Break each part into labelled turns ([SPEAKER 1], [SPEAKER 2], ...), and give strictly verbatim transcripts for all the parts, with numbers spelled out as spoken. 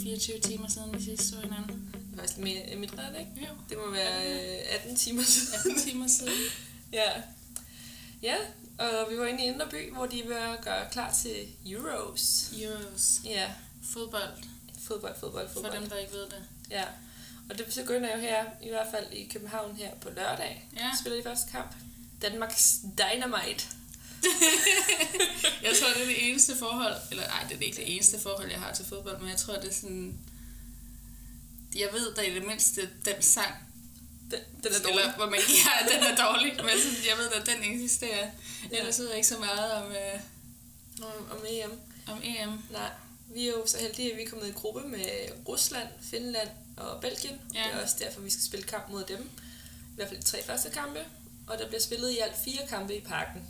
[SPEAKER 1] fireogtyve timer siden vi sidst så hinanden.
[SPEAKER 2] Det var faktisk mere mindre, er det ikke?
[SPEAKER 1] Jo.
[SPEAKER 2] Det må være atten timer siden.
[SPEAKER 1] atten timer siden.
[SPEAKER 2] Ja. Ja, og vi var inde i Indre By, hvor de var gøre klar til Euros.
[SPEAKER 1] Euros.
[SPEAKER 2] Ja.
[SPEAKER 1] Fodbold.
[SPEAKER 2] Fodbold, fodbold, fodbold.
[SPEAKER 1] For dem, der ikke ved det.
[SPEAKER 2] Ja. Og det begynder jo her, i hvert fald i København her på lørdag.
[SPEAKER 1] Ja.
[SPEAKER 2] Spiller de første kamp. Danmarks Dynamite.
[SPEAKER 1] Jeg tror, det er det eneste forhold, eller nej, det er ikke det eneste forhold, jeg har til fodbold, men jeg tror, det er sådan, jeg ved da i det mindste, den sang,
[SPEAKER 2] Den, den er dårlig.
[SPEAKER 1] eller hvor man giver, at den er dårlig, men sådan, jeg ved da, at den eksisterer.
[SPEAKER 2] Ja.
[SPEAKER 1] Ellers ved jeg ikke så meget om, øh,
[SPEAKER 2] Om, om E M.
[SPEAKER 1] om E M.
[SPEAKER 2] Nej, vi er jo så heldige, at vi er kommet i gruppe med Rusland, Finland og Belgien.
[SPEAKER 1] Ja.
[SPEAKER 2] Det er også derfor, vi skal spille kamp mod dem. I hvert fald de tre første kampe. Og der bliver spillet i alt fire kampe i parken.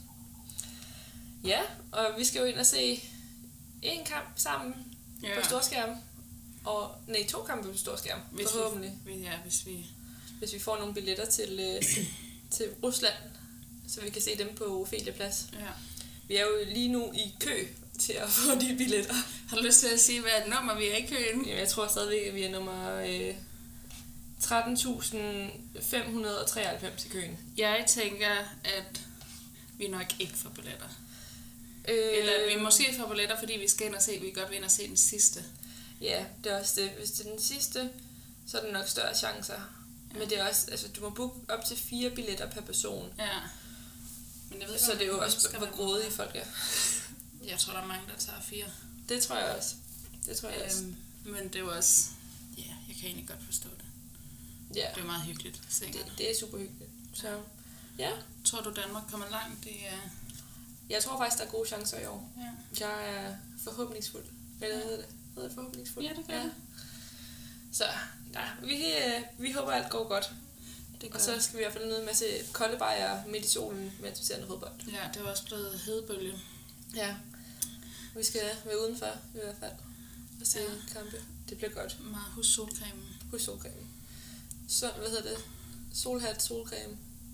[SPEAKER 2] Ja, og vi skal jo ind og se en kamp sammen
[SPEAKER 1] Ja.
[SPEAKER 2] på storskærm. Og nej, to kampe på storskærm,
[SPEAKER 1] Hvis
[SPEAKER 2] forhåbentlig.
[SPEAKER 1] Vi, ja, hvis vi...
[SPEAKER 2] Hvis vi får nogle billetter til, øh, til, til Rusland, så vi kan se dem på Ophelia Plads.
[SPEAKER 1] Ja.
[SPEAKER 2] Vi er jo lige nu i kø til at få de billetter.
[SPEAKER 1] Har du lyst til at sige, hvad er det nummer, vi er i køen?
[SPEAKER 2] Jamen, jeg tror stadigvæk, at vi er nummer øh, tretten tusind fem hundrede og treoghalvfems i køen.
[SPEAKER 1] Jeg tænker, at vi nok ikke får billetter.
[SPEAKER 2] Øh,
[SPEAKER 1] Eller at vi måske får billetter, fordi vi skal ind og se, vi kan godt vil ind og se den sidste.
[SPEAKER 2] Ja, det er også det. Hvis det er den sidste, så er der nok større chancer. Ja. Men det er også, altså du må booke op til fire billetter per person.
[SPEAKER 1] Ja. Men jeg ved,
[SPEAKER 2] Så det er jo også, hvor grådige folk er.
[SPEAKER 1] Jeg tror, der er mange, der tager fire.
[SPEAKER 2] Det tror jeg også. Det tror jeg også.
[SPEAKER 1] Øhm, men det er jo også... Ja, jeg kan egentlig godt forstå det.
[SPEAKER 2] Ja,
[SPEAKER 1] Det er meget hyggeligt.
[SPEAKER 2] det, det er super hyggeligt. Så ja,
[SPEAKER 1] Tror du, Danmark kommer langt? Det er...
[SPEAKER 2] jeg tror faktisk, der er gode chancer i år.
[SPEAKER 1] Ja.
[SPEAKER 2] Jeg er forhåbningsfuld. Eller hvad hedder det? Hedder det forhåbningsfuld?
[SPEAKER 1] Ja, det gør det.
[SPEAKER 2] Så ja, vi, øh, vi håber, alt går godt.
[SPEAKER 1] Det gør
[SPEAKER 2] Og så skal vi i hvert fald nyde en masse kolde bajer midt i solen, mens vi ser noget fodbold.
[SPEAKER 1] Ja, det var også blevet hedebølge.
[SPEAKER 2] Ja. Vi skal være udenfor i hvert fald og se
[SPEAKER 1] Ja.
[SPEAKER 2] kampe. Det bliver godt.
[SPEAKER 1] Meget hos solcreme.
[SPEAKER 2] Husk solcreme. Så, hvad hedder det? Solhat, solcreme.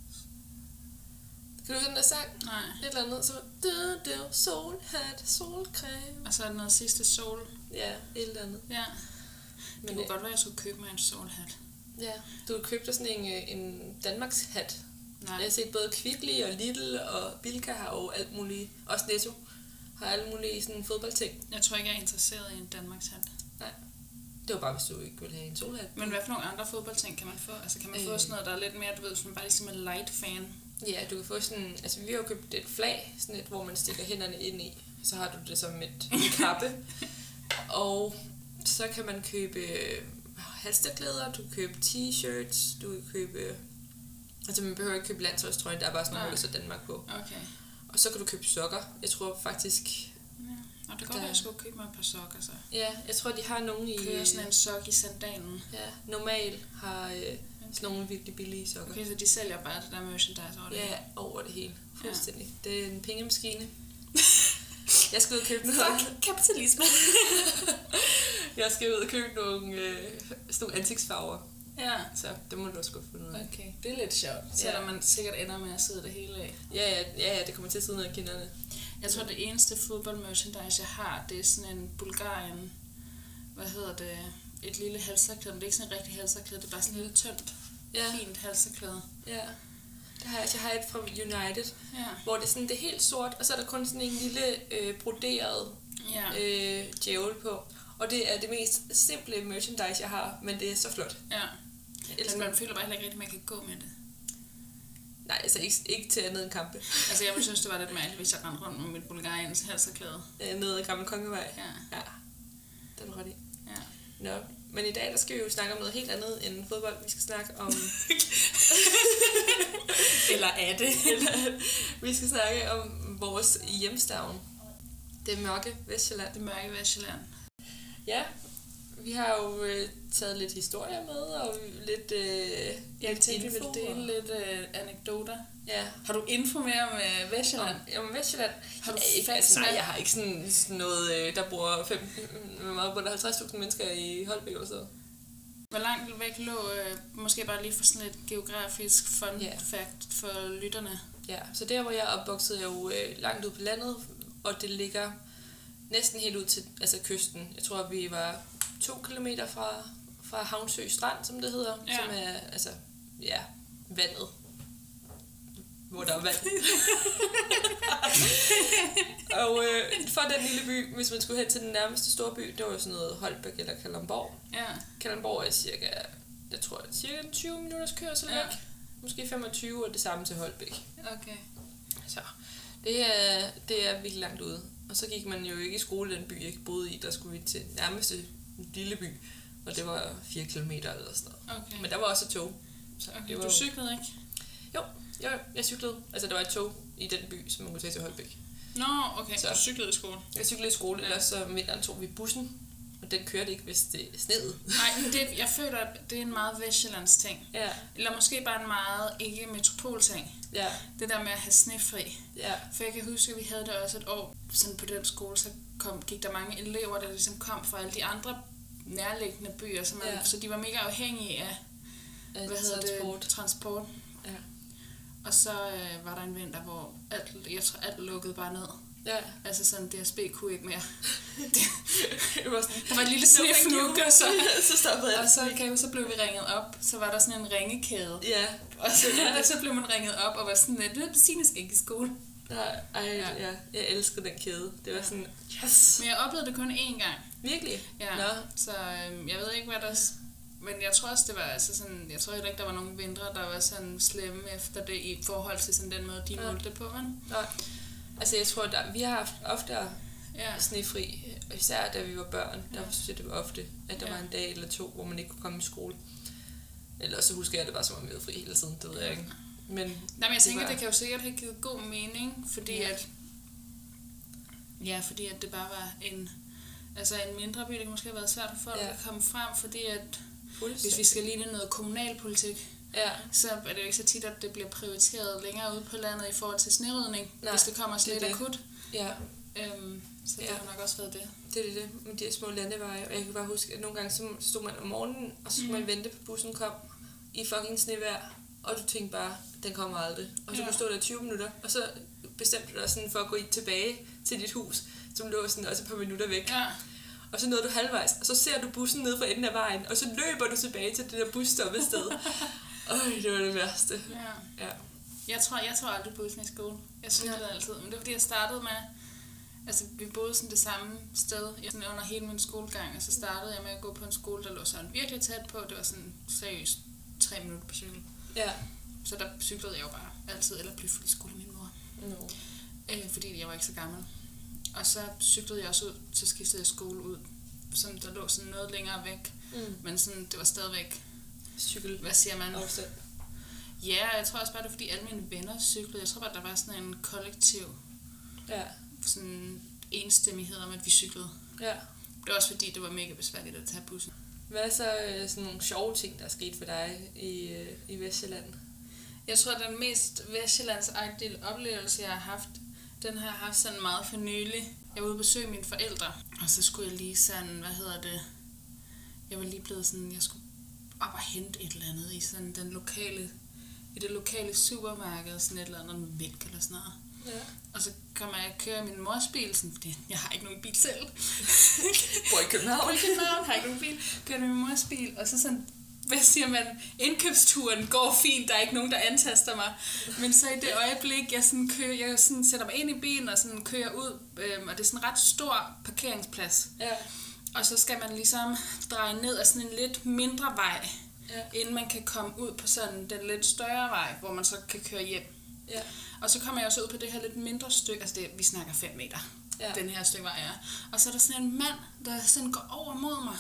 [SPEAKER 2] Kan du huske den der sang?
[SPEAKER 1] Nej.
[SPEAKER 2] Et eller andet, så du, du, solhat, solcreme.
[SPEAKER 1] Og så er der noget sidste sol.
[SPEAKER 2] Ja, et eller andet.
[SPEAKER 1] Ja.
[SPEAKER 2] Men
[SPEAKER 1] Det kunne
[SPEAKER 2] øh,
[SPEAKER 1] godt være, at jeg skulle købe mig en solhat.
[SPEAKER 2] ja, du købte sådan en, øh, en Danmarks hat.
[SPEAKER 1] Nej.
[SPEAKER 2] Jeg har set både Kvickly og Lidl og Bilka har jo alt muligt, også Netto, har alle mulige sådan fodboldting.
[SPEAKER 1] Jeg tror ikke, jeg er interesseret i en Danmarks hat.
[SPEAKER 2] Nej, det var bare, hvis du ikke ville have en solhat.
[SPEAKER 1] Men hvad for nogle andre fodboldting kan man få? Altså kan man øh. få
[SPEAKER 2] Øh.
[SPEAKER 1] sådan noget, der er lidt mere, du ved, som bare ligesom en light fan?
[SPEAKER 2] Ja, du kan få sådan, altså vi har jo købt et flag, sådan et, hvor man stikker hænderne ind i. Så har du det som et, en kappe. Og så kan man købe halsterklæder, du kan købe t-shirts, du kan købe... Altså man behøver ikke købe landsholdstrøjen, der er bare sådan noget, hvor der står Danmark på.
[SPEAKER 1] Okay.
[SPEAKER 2] Og så kan du købe sokker. Jeg tror faktisk...
[SPEAKER 1] Ja. Og det går
[SPEAKER 2] Der-
[SPEAKER 1] være, jeg skulle købe mig et par sokker så.
[SPEAKER 2] Ja, jeg tror de har nogle i...
[SPEAKER 1] Kører sådan en sok i sandalen.
[SPEAKER 2] Ja, normal har øh, sådan nogle virkelig billige sokker.
[SPEAKER 1] Okay, så de sælger bare det der merchandise over det.
[SPEAKER 2] Ja, over det hele. Fuldstændig. Ja. Det er en pengemaskine. Jeg skal ud og købe noget.
[SPEAKER 1] Fuck kapitalisme.
[SPEAKER 2] Jeg skal ud og købe nogle, øh, sådan nogle ansigtsfarver.
[SPEAKER 1] Ja.
[SPEAKER 2] Så det må du også godt finde ud af.
[SPEAKER 1] Okay, det er lidt sjovt. Selvom man sikkert ender med at sidde det hele af.
[SPEAKER 2] Ja, ja, ja, ja, det kommer til at sidde ned i kinderne.
[SPEAKER 1] Jeg tror, det eneste fodboldmerchandise, jeg har, det er sådan en Bulgarien, hvad hedder det, et lille halserklæde, men det er ikke sådan et rigtigt halserklæde, det er bare sådan et lille tyndt,
[SPEAKER 2] Ja.
[SPEAKER 1] fint halserklæde.
[SPEAKER 2] Ja. Det har jeg, jeg har et fra United,
[SPEAKER 1] Ja.
[SPEAKER 2] hvor det er sådan, det er helt sort, og så er der kun sådan en lille øh, broderet
[SPEAKER 1] Ja.
[SPEAKER 2] øh, djævel på. Og det er det mest simple merchandise, jeg har, men det er så flot.
[SPEAKER 1] Ja.
[SPEAKER 2] Jeg elsker
[SPEAKER 1] Men man
[SPEAKER 2] det.
[SPEAKER 1] føler bare heller ikke rigtigt, at man kan gå med det.
[SPEAKER 2] Nej, altså ikke, ikke til andet end kampe.
[SPEAKER 1] Altså jeg ville synes, det var lidt mærkeligt, hvis jeg rendte rundt med mit Bulgariens halserklæde.
[SPEAKER 2] Øh, nede ad Gammel Kongevej.
[SPEAKER 1] Ja.
[SPEAKER 2] Ja, den er ret i.
[SPEAKER 1] Ja.
[SPEAKER 2] Nå, men i dag der skal vi jo snakke om noget helt andet end fodbold. Vi skal snakke om...
[SPEAKER 1] Eller er det?
[SPEAKER 2] Eller, vi skal snakke om vores hjemstavn. Det mørke Vestjylland.
[SPEAKER 1] Det mørke Vestjylland.
[SPEAKER 2] Ja, vi har jo øh, taget lidt historie med, og lidt øh,
[SPEAKER 1] Jeg tænkte, vi
[SPEAKER 2] info
[SPEAKER 1] ville dele
[SPEAKER 2] og-
[SPEAKER 1] lidt øh, anekdoter.
[SPEAKER 2] Ja,
[SPEAKER 1] Har du info mere om øh, Vestjylland?
[SPEAKER 2] om, om Vestjylland.
[SPEAKER 1] Har du
[SPEAKER 2] Ja, ikke,
[SPEAKER 1] facts
[SPEAKER 2] altså, nej,
[SPEAKER 1] med?
[SPEAKER 2] jeg har ikke sådan, sådan noget, øh, der bor fem, meget under halvtreds tusind mennesker i Holbæk eller sådan.
[SPEAKER 1] Hvor langt væk lå, øh, måske bare lige for sådan et geografisk fun
[SPEAKER 2] Ja.
[SPEAKER 1] fact for lytterne.
[SPEAKER 2] Ja, så der hvor jeg er opvokset er jo øh, langt ud på landet, og det ligger næsten helt ud til altså kysten. Jeg tror, vi var to kilometer fra, fra Havnsø Strand, som det hedder,
[SPEAKER 1] Ja.
[SPEAKER 2] som er, altså, ja, vandet. Hvor der er vand. Og øh, fra den lille by, hvis man skulle hen til den nærmeste store by, det var jo sådan noget Holbæk eller Kalundborg.
[SPEAKER 1] Ja.
[SPEAKER 2] Kalundborg er cirka, jeg tror, cirka tyve minutters kørsel væk.
[SPEAKER 1] Ja.
[SPEAKER 2] Måske femogtyve, og det samme til Holbæk.
[SPEAKER 1] Okay.
[SPEAKER 2] Så det er, det er virkelig langt ude. Og så gik man jo ikke i skole i den by, jeg ikke boede i. Der skulle vi til nærmeste lille by, og det var fire kilometer eller sådan noget.
[SPEAKER 1] Okay.
[SPEAKER 2] Men der var også et tog. Så
[SPEAKER 1] Okay,
[SPEAKER 2] det var
[SPEAKER 1] du
[SPEAKER 2] jo-
[SPEAKER 1] cyklede ikke?
[SPEAKER 2] Jo, jo, jeg cyklede. Altså, der var et tog i den by, som man kunne tage til Holbæk.
[SPEAKER 1] Nå, okay, så
[SPEAKER 2] Så.
[SPEAKER 1] du cyklede i skole.
[SPEAKER 2] Jeg cyklede i skole,
[SPEAKER 1] Ja.
[SPEAKER 2] ellers så om vinteren tog vi bussen, og den kørte ikke, hvis det sneede.
[SPEAKER 1] Nej, men det, jeg føler, at det er en meget Vestjyllands ting.
[SPEAKER 2] Ja,
[SPEAKER 1] Eller måske bare en meget ikke-metropol-ting.
[SPEAKER 2] ja,
[SPEAKER 1] Det der med at have snefri.
[SPEAKER 2] ja,
[SPEAKER 1] For jeg kan huske, at vi havde det også et år, sådan på den skole, så kom, gik der mange elever, der ligesom kom fra alle de andre nærliggende byer, så, man,
[SPEAKER 2] Ja.
[SPEAKER 1] så de var mega afhængige af,
[SPEAKER 2] ja
[SPEAKER 1] hvad hedder
[SPEAKER 2] transport.
[SPEAKER 1] det, transport.
[SPEAKER 2] Ja.
[SPEAKER 1] Og så øh, var der en vinter, hvor alt, jeg tror, alt lukkede bare ned.
[SPEAKER 2] Ja,
[SPEAKER 1] Altså sådan, D S B kunne ikke mere.
[SPEAKER 2] det var sådan,
[SPEAKER 1] Der var et lille
[SPEAKER 2] No, thank
[SPEAKER 1] snefnuk,
[SPEAKER 2] you.
[SPEAKER 1] og så,
[SPEAKER 2] så stoppede jeg.
[SPEAKER 1] og så, kan jeg, huske, så blev vi ringet op. Så var der sådan en ringekæde.
[SPEAKER 2] Ja,
[SPEAKER 1] Og så, og så blev man ringet op og var sådan, at det Signe skal ikke i skole.
[SPEAKER 2] nej, ej,
[SPEAKER 1] Ja.
[SPEAKER 2] ja. Jeg elskede den kæde. Det var
[SPEAKER 1] Ja.
[SPEAKER 2] sådan, yes!
[SPEAKER 1] Men jeg oplevede det kun én gang.
[SPEAKER 2] Virkelig?
[SPEAKER 1] Ja.
[SPEAKER 2] Nå.
[SPEAKER 1] Så øhm, jeg ved ikke, hvad der... s- Men jeg tror også, det var altså sådan... Jeg tror heller ikke, der var nogen vintre, der var sådan slemme efter det i forhold til sådan den måde, de
[SPEAKER 2] Ja.
[SPEAKER 1] målte det på, men...
[SPEAKER 2] Nej. Altså, jeg tror, der, vi har haft ofte
[SPEAKER 1] Ja.
[SPEAKER 2] snefri, især da vi var børn. Der
[SPEAKER 1] Ja.
[SPEAKER 2] synes jeg, det var ofte, at der
[SPEAKER 1] Ja.
[SPEAKER 2] var en dag eller to, hvor man ikke kunne komme i skole. Eller så husker jeg, at det var som om vi var fri hele tiden, det ved jeg ikke. Men
[SPEAKER 1] Nej, men jeg tænker,
[SPEAKER 2] var-
[SPEAKER 1] det kan jo sikkert have givet god mening, fordi
[SPEAKER 2] Ja.
[SPEAKER 1] at... Ja, fordi at det bare var en... Altså en mindre by, det kan måske have været svært for folk
[SPEAKER 2] Ja.
[SPEAKER 1] at komme frem, fordi at hvis vi
[SPEAKER 2] fuldstændig.
[SPEAKER 1] skal ligne noget kommunalpolitik,
[SPEAKER 2] Ja,
[SPEAKER 1] så er det jo ikke så tit, at det bliver prioriteret længere ude på landet i forhold til snerydning,
[SPEAKER 2] Nej,
[SPEAKER 1] hvis det kommer
[SPEAKER 2] det er
[SPEAKER 1] slet
[SPEAKER 2] det.
[SPEAKER 1] akut.
[SPEAKER 2] ja.
[SPEAKER 1] Øhm, så det
[SPEAKER 2] Ja.
[SPEAKER 1] har nok også været det.
[SPEAKER 2] Det er det, det med de her små landeveje. Og jeg kan bare huske, at nogle gange så stod man om morgenen, og så skulle
[SPEAKER 1] Mhm.
[SPEAKER 2] man vente på bussen kom i fucking snevejr. Og du tænkte bare, den kommer aldrig. Og så
[SPEAKER 1] Ja.
[SPEAKER 2] kunne du stå der i tyve minutter, og så bestemte du dig sådan for at gå i- tilbage til dit hus, som lå sådan også et par minutter væk.
[SPEAKER 1] Ja,
[SPEAKER 2] Og så nåede du halvvejs, og så ser du bussen ned fra enden af vejen, og så løber du tilbage til det der busstoppested. Øj, det var det værste.
[SPEAKER 1] ja.
[SPEAKER 2] Ja.
[SPEAKER 1] Jeg tror, jeg tror aldrig bussen i skole. Jeg cyklede
[SPEAKER 2] Ja.
[SPEAKER 1] altid. Men det var fordi, jeg startede med... Altså, vi boede sådan det samme sted sådan under hele min skolegang, og så startede jeg med at gå på en skole, der lå sådan virkelig tæt på. Det var sådan seriøst tre minutter på cykel.
[SPEAKER 2] Ja.
[SPEAKER 1] Så der cyklede jeg jo bare altid, eller blev fordi skole min mor.
[SPEAKER 2] No.
[SPEAKER 1] Øh, fordi jeg var ikke så gammel. Og så cyklede jeg også ud, så skiftede jeg skole ud, som der lå sådan noget længere væk.
[SPEAKER 2] Mm.
[SPEAKER 1] Men sådan, det var stadigvæk,
[SPEAKER 2] Cykel.
[SPEAKER 1] hvad siger man?
[SPEAKER 2] Afstand.
[SPEAKER 1] Ja, jeg tror også bare, det er fordi alle mine venner cyklede. Jeg tror bare, der var sådan en kollektiv
[SPEAKER 2] Ja.
[SPEAKER 1] sådan enstemmighed om, at vi cyklede.
[SPEAKER 2] Ja.
[SPEAKER 1] Det var også fordi, det var mega besværligt at tage bussen.
[SPEAKER 2] Hvad er så øh, sådan nogle sjove ting, der er sket for dig i, øh, i Vestjylland?
[SPEAKER 1] Jeg tror, at den mest Vestjyllands-agtige oplevelse, jeg har haft, den har jeg haft sådan meget for nylig. Jeg var ude og besøge mine forældre, og så skulle jeg lige sådan, hvad hedder det, jeg var lige blevet sådan, jeg skulle op og hente et eller andet i sådan den lokale, i det lokale supermarked, sådan et eller andet med mælk eller sådan noget.
[SPEAKER 2] Ja.
[SPEAKER 1] Og så kommer jeg og kører i min mors bil, sådan, fordi jeg har ikke nogen bil selv.
[SPEAKER 2] Bor i København.
[SPEAKER 1] I København har ikke nogen bil. Kører i min mors bil, og så sådan, hvad siger man, indkøbsturen går fint, der er ikke nogen, der antaster mig. Men så i det øjeblik, jeg, sådan kører, jeg sådan sætter mig ind i bilen og sådan kører ud, øhm, og det er sådan en ret stor parkeringsplads.
[SPEAKER 2] Ja.
[SPEAKER 1] Og så skal man ligesom dreje ned ad sådan en lidt mindre vej,
[SPEAKER 2] Ja.
[SPEAKER 1] inden man kan komme ud på sådan den lidt større vej, hvor man så kan køre hjem.
[SPEAKER 2] Ja.
[SPEAKER 1] Og så kommer jeg også ud på det her lidt mindre stykke, altså det, vi snakker fem meter,
[SPEAKER 2] Ja.
[SPEAKER 1] den her stykke vej er. Og så er der sådan en mand, der sådan går over mod mig.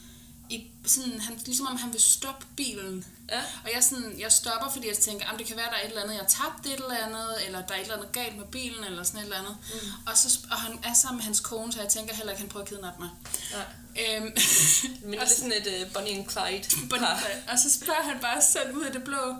[SPEAKER 1] I sådan, han, ligesom om han vil stoppe bilen.
[SPEAKER 2] Ja.
[SPEAKER 1] Og jeg, sådan, jeg stopper, fordi jeg tænker, at det kan være, der er et eller andet, jeg tabte et eller andet, eller der er et eller andet galt med bilen, eller sådan et eller andet. Mm. Og, så, og han er sammen med hans kone, så jeg tænker heller ikke, han prøver at kidnappe mig.
[SPEAKER 2] Nej.
[SPEAKER 1] Øhm,
[SPEAKER 2] Men det er
[SPEAKER 1] og, så,
[SPEAKER 2] sådan et uh, Bonnie and Clyde.
[SPEAKER 1] Bonnie- og så spørger han bare sådan ud af det blå,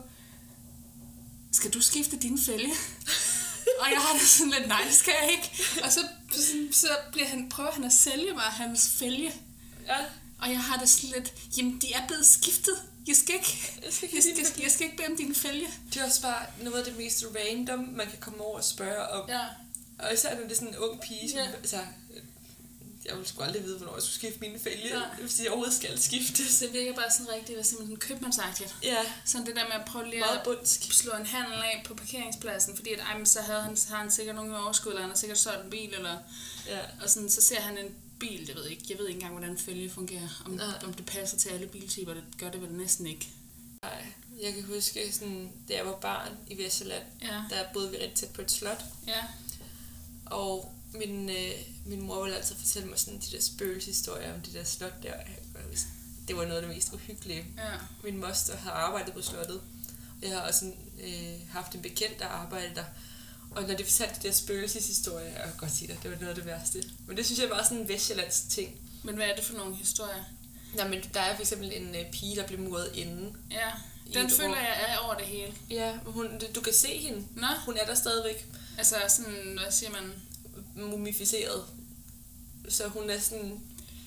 [SPEAKER 1] skal du skifte din fælge? Og jeg har det sådan lidt, nej, det skal jeg ikke. Og så, så bliver han, prøver han at sælge mig hans fælge.
[SPEAKER 2] Ja.
[SPEAKER 1] Og jeg har det sådan lidt, jamen de er blevet skiftet. Jeg skal ikke,
[SPEAKER 2] Jeg skal ikke
[SPEAKER 1] jeg
[SPEAKER 2] have
[SPEAKER 1] skal,
[SPEAKER 2] din fælge.
[SPEAKER 1] jeg skal ikke bede om din fælge.
[SPEAKER 2] Det er også bare noget af det mest random, man kan komme over og spørge om.
[SPEAKER 1] Ja.
[SPEAKER 2] Og især når det er sådan en ung pige, som
[SPEAKER 1] Ja.
[SPEAKER 2] altså, jeg ville sgu aldrig vide, hvornår jeg skulle skifte mine fælge,
[SPEAKER 1] Nej.
[SPEAKER 2] hvis jeg overhovedet skal skifte.
[SPEAKER 1] Så det virker bare sådan rigtigt, hvad simpelthen købmandsagtigt.
[SPEAKER 2] Ja,
[SPEAKER 1] Sådan det der med at prøve lige
[SPEAKER 2] meget
[SPEAKER 1] at
[SPEAKER 2] bundsk.
[SPEAKER 1] slå en handel af på parkeringspladsen, fordi at, ej, men så havde han, så har han sikkert nogen med overskud, eller han har sikkert solgt en bil, eller,
[SPEAKER 2] Ja.
[SPEAKER 1] og sådan, så ser han en bil, jeg ved ikke, jeg ved ikke engang, hvordan følge fungerer, om, om det passer til alle biltyper, det gør det vel næsten ikke.
[SPEAKER 2] Nej, jeg kan huske, sådan, da jeg var barn i Vestjylland,
[SPEAKER 1] Ja,
[SPEAKER 2] der boede vi rigtig tæt på et slot,
[SPEAKER 1] ja,
[SPEAKER 2] og min, øh, min mor ville altid fortælle mig sådan de der spøgelseshistorier om det der slot der. Det var noget af det mest uhyggelige.
[SPEAKER 1] ja,
[SPEAKER 2] Min moster havde arbejdet på slottet, og jeg har også øh, haft en bekendt, der arbejdede der. Og når de fortalte de der spøgelseshistorier, jeg kan godt sige det, det var noget af det værste. Men det synes jeg var sådan en vestjyllands ting.
[SPEAKER 1] men hvad er det for nogle historier?
[SPEAKER 2] Nej, men der er for eksempel en øh, pige, der blev muret inde.
[SPEAKER 1] Ja,
[SPEAKER 2] I
[SPEAKER 1] den
[SPEAKER 2] et
[SPEAKER 1] føler
[SPEAKER 2] rum.
[SPEAKER 1] jeg er over det hele.
[SPEAKER 2] Ja, hun, du kan se hende.
[SPEAKER 1] Nå,
[SPEAKER 2] Hun er der stadigvæk
[SPEAKER 1] altså sådan, hvad siger man?
[SPEAKER 2] mumificeret. Så hun er sådan...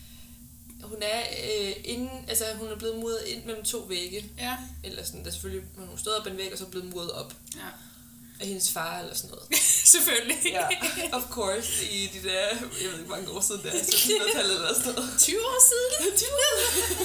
[SPEAKER 2] Hun er øh, inden, altså hun er blevet muret ind mellem to vægge.
[SPEAKER 1] Ja,
[SPEAKER 2] Eller sådan, der er selvfølgelig hun stod op ad en væg, og så er blevet muret op
[SPEAKER 1] ja,
[SPEAKER 2] af hendes far eller sådan noget.
[SPEAKER 1] selvfølgelig.
[SPEAKER 2] Ja, of course, i de der, jeg ved ikke, hvor mange år siden det er, syttenhundredetallet eller sådan noget.
[SPEAKER 1] tyve år siden. tyve år.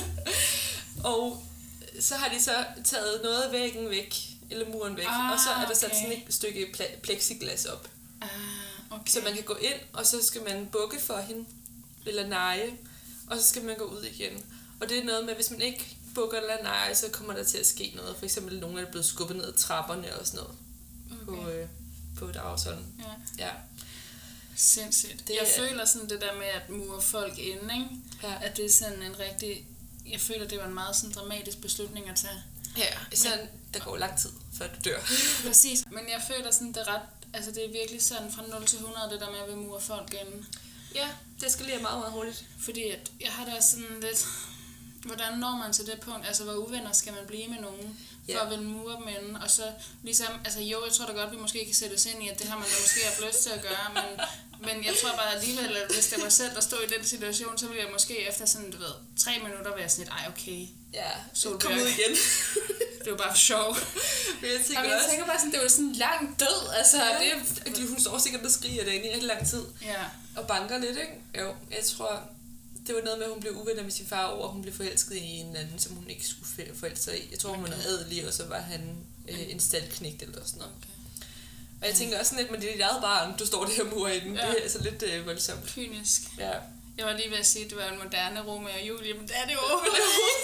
[SPEAKER 2] Og så har de så taget noget af væggen væk, eller muren væk,
[SPEAKER 1] Ah,
[SPEAKER 2] og så er der sat
[SPEAKER 1] okay.
[SPEAKER 2] sådan et stykke pla- plexiglas op.
[SPEAKER 1] Ah, okay.
[SPEAKER 2] Så man kan gå ind, og så skal man bukke for hende, eller neje, og så skal man gå ud igen. Og det er noget med, hvis man ikke bukker eller neje, så kommer der til at ske noget. For eksempel, nogen er blevet skubbet ned ad trapperne og sådan noget.
[SPEAKER 1] Okay.
[SPEAKER 2] På, øh, på dagsordenen.
[SPEAKER 1] Ja.
[SPEAKER 2] Ja.
[SPEAKER 1] Sindssygt.
[SPEAKER 2] Det
[SPEAKER 1] Det, jeg
[SPEAKER 2] er-
[SPEAKER 1] føler sådan det der med at mure folk inde, ikke?
[SPEAKER 2] Ja.
[SPEAKER 1] At det er sådan en rigtig... Jeg føler, det var en meget sådan dramatisk beslutning at tage.
[SPEAKER 2] Ja, især der går lang tid, før du dør.
[SPEAKER 1] Præcis. Men jeg føler sådan, det er ret... Altså det er virkelig sådan fra nul til hundrede, det der med at vil mure folk inde.
[SPEAKER 2] Ja, det skal lige meget, meget hurtigt.
[SPEAKER 1] Fordi at jeg har da sådan lidt... Hvordan når man til det punkt? Altså, hvor uvenner skal man blive med nogen, for
[SPEAKER 2] Ja.
[SPEAKER 1] at ville mure dem inde? Og så ligesom... Altså, jo, jeg tror da godt, vi måske kan sætte os ind i, at det har man da måske haft lyst til at gøre, men, men jeg tror bare alligevel, at hvis det var selv, der stod i den situation, så ville jeg måske efter sådan, du ved, tre minutter være sådan lidt, ej, okay,
[SPEAKER 2] Ja,
[SPEAKER 1] Solbjerg.
[SPEAKER 2] kom ud igen.
[SPEAKER 1] det var bare for sjov.
[SPEAKER 2] Men jeg tænker
[SPEAKER 1] Og jeg
[SPEAKER 2] også,
[SPEAKER 1] tænker bare sådan, det var sådan en lang død, altså,
[SPEAKER 2] ja,
[SPEAKER 1] det...
[SPEAKER 2] det, hun står sikkert og skriger derinde i rigtig lang tid.
[SPEAKER 1] Ja,
[SPEAKER 2] Og banker lidt, ikke? Jo, jeg tror, det var noget med, at hun blev uvenner med sin far over, at hun blev forelsket i en anden, som hun ikke skulle for- forelske sig i. Jeg tror, hun var
[SPEAKER 1] Okay.
[SPEAKER 2] adelig, og så var han øh, en staldknægt eller sådan noget.
[SPEAKER 1] okay.
[SPEAKER 2] Og jeg tænker også sådan lidt, men det er dit eget barn, du står der og murer i den.
[SPEAKER 1] Ja.
[SPEAKER 2] Det er altså lidt øh, voldsomt.
[SPEAKER 1] Kynisk.
[SPEAKER 2] Ja.
[SPEAKER 1] Jeg var lige ved at sige, at det var en moderne Romeo og Julie, men det er det jo overhovedet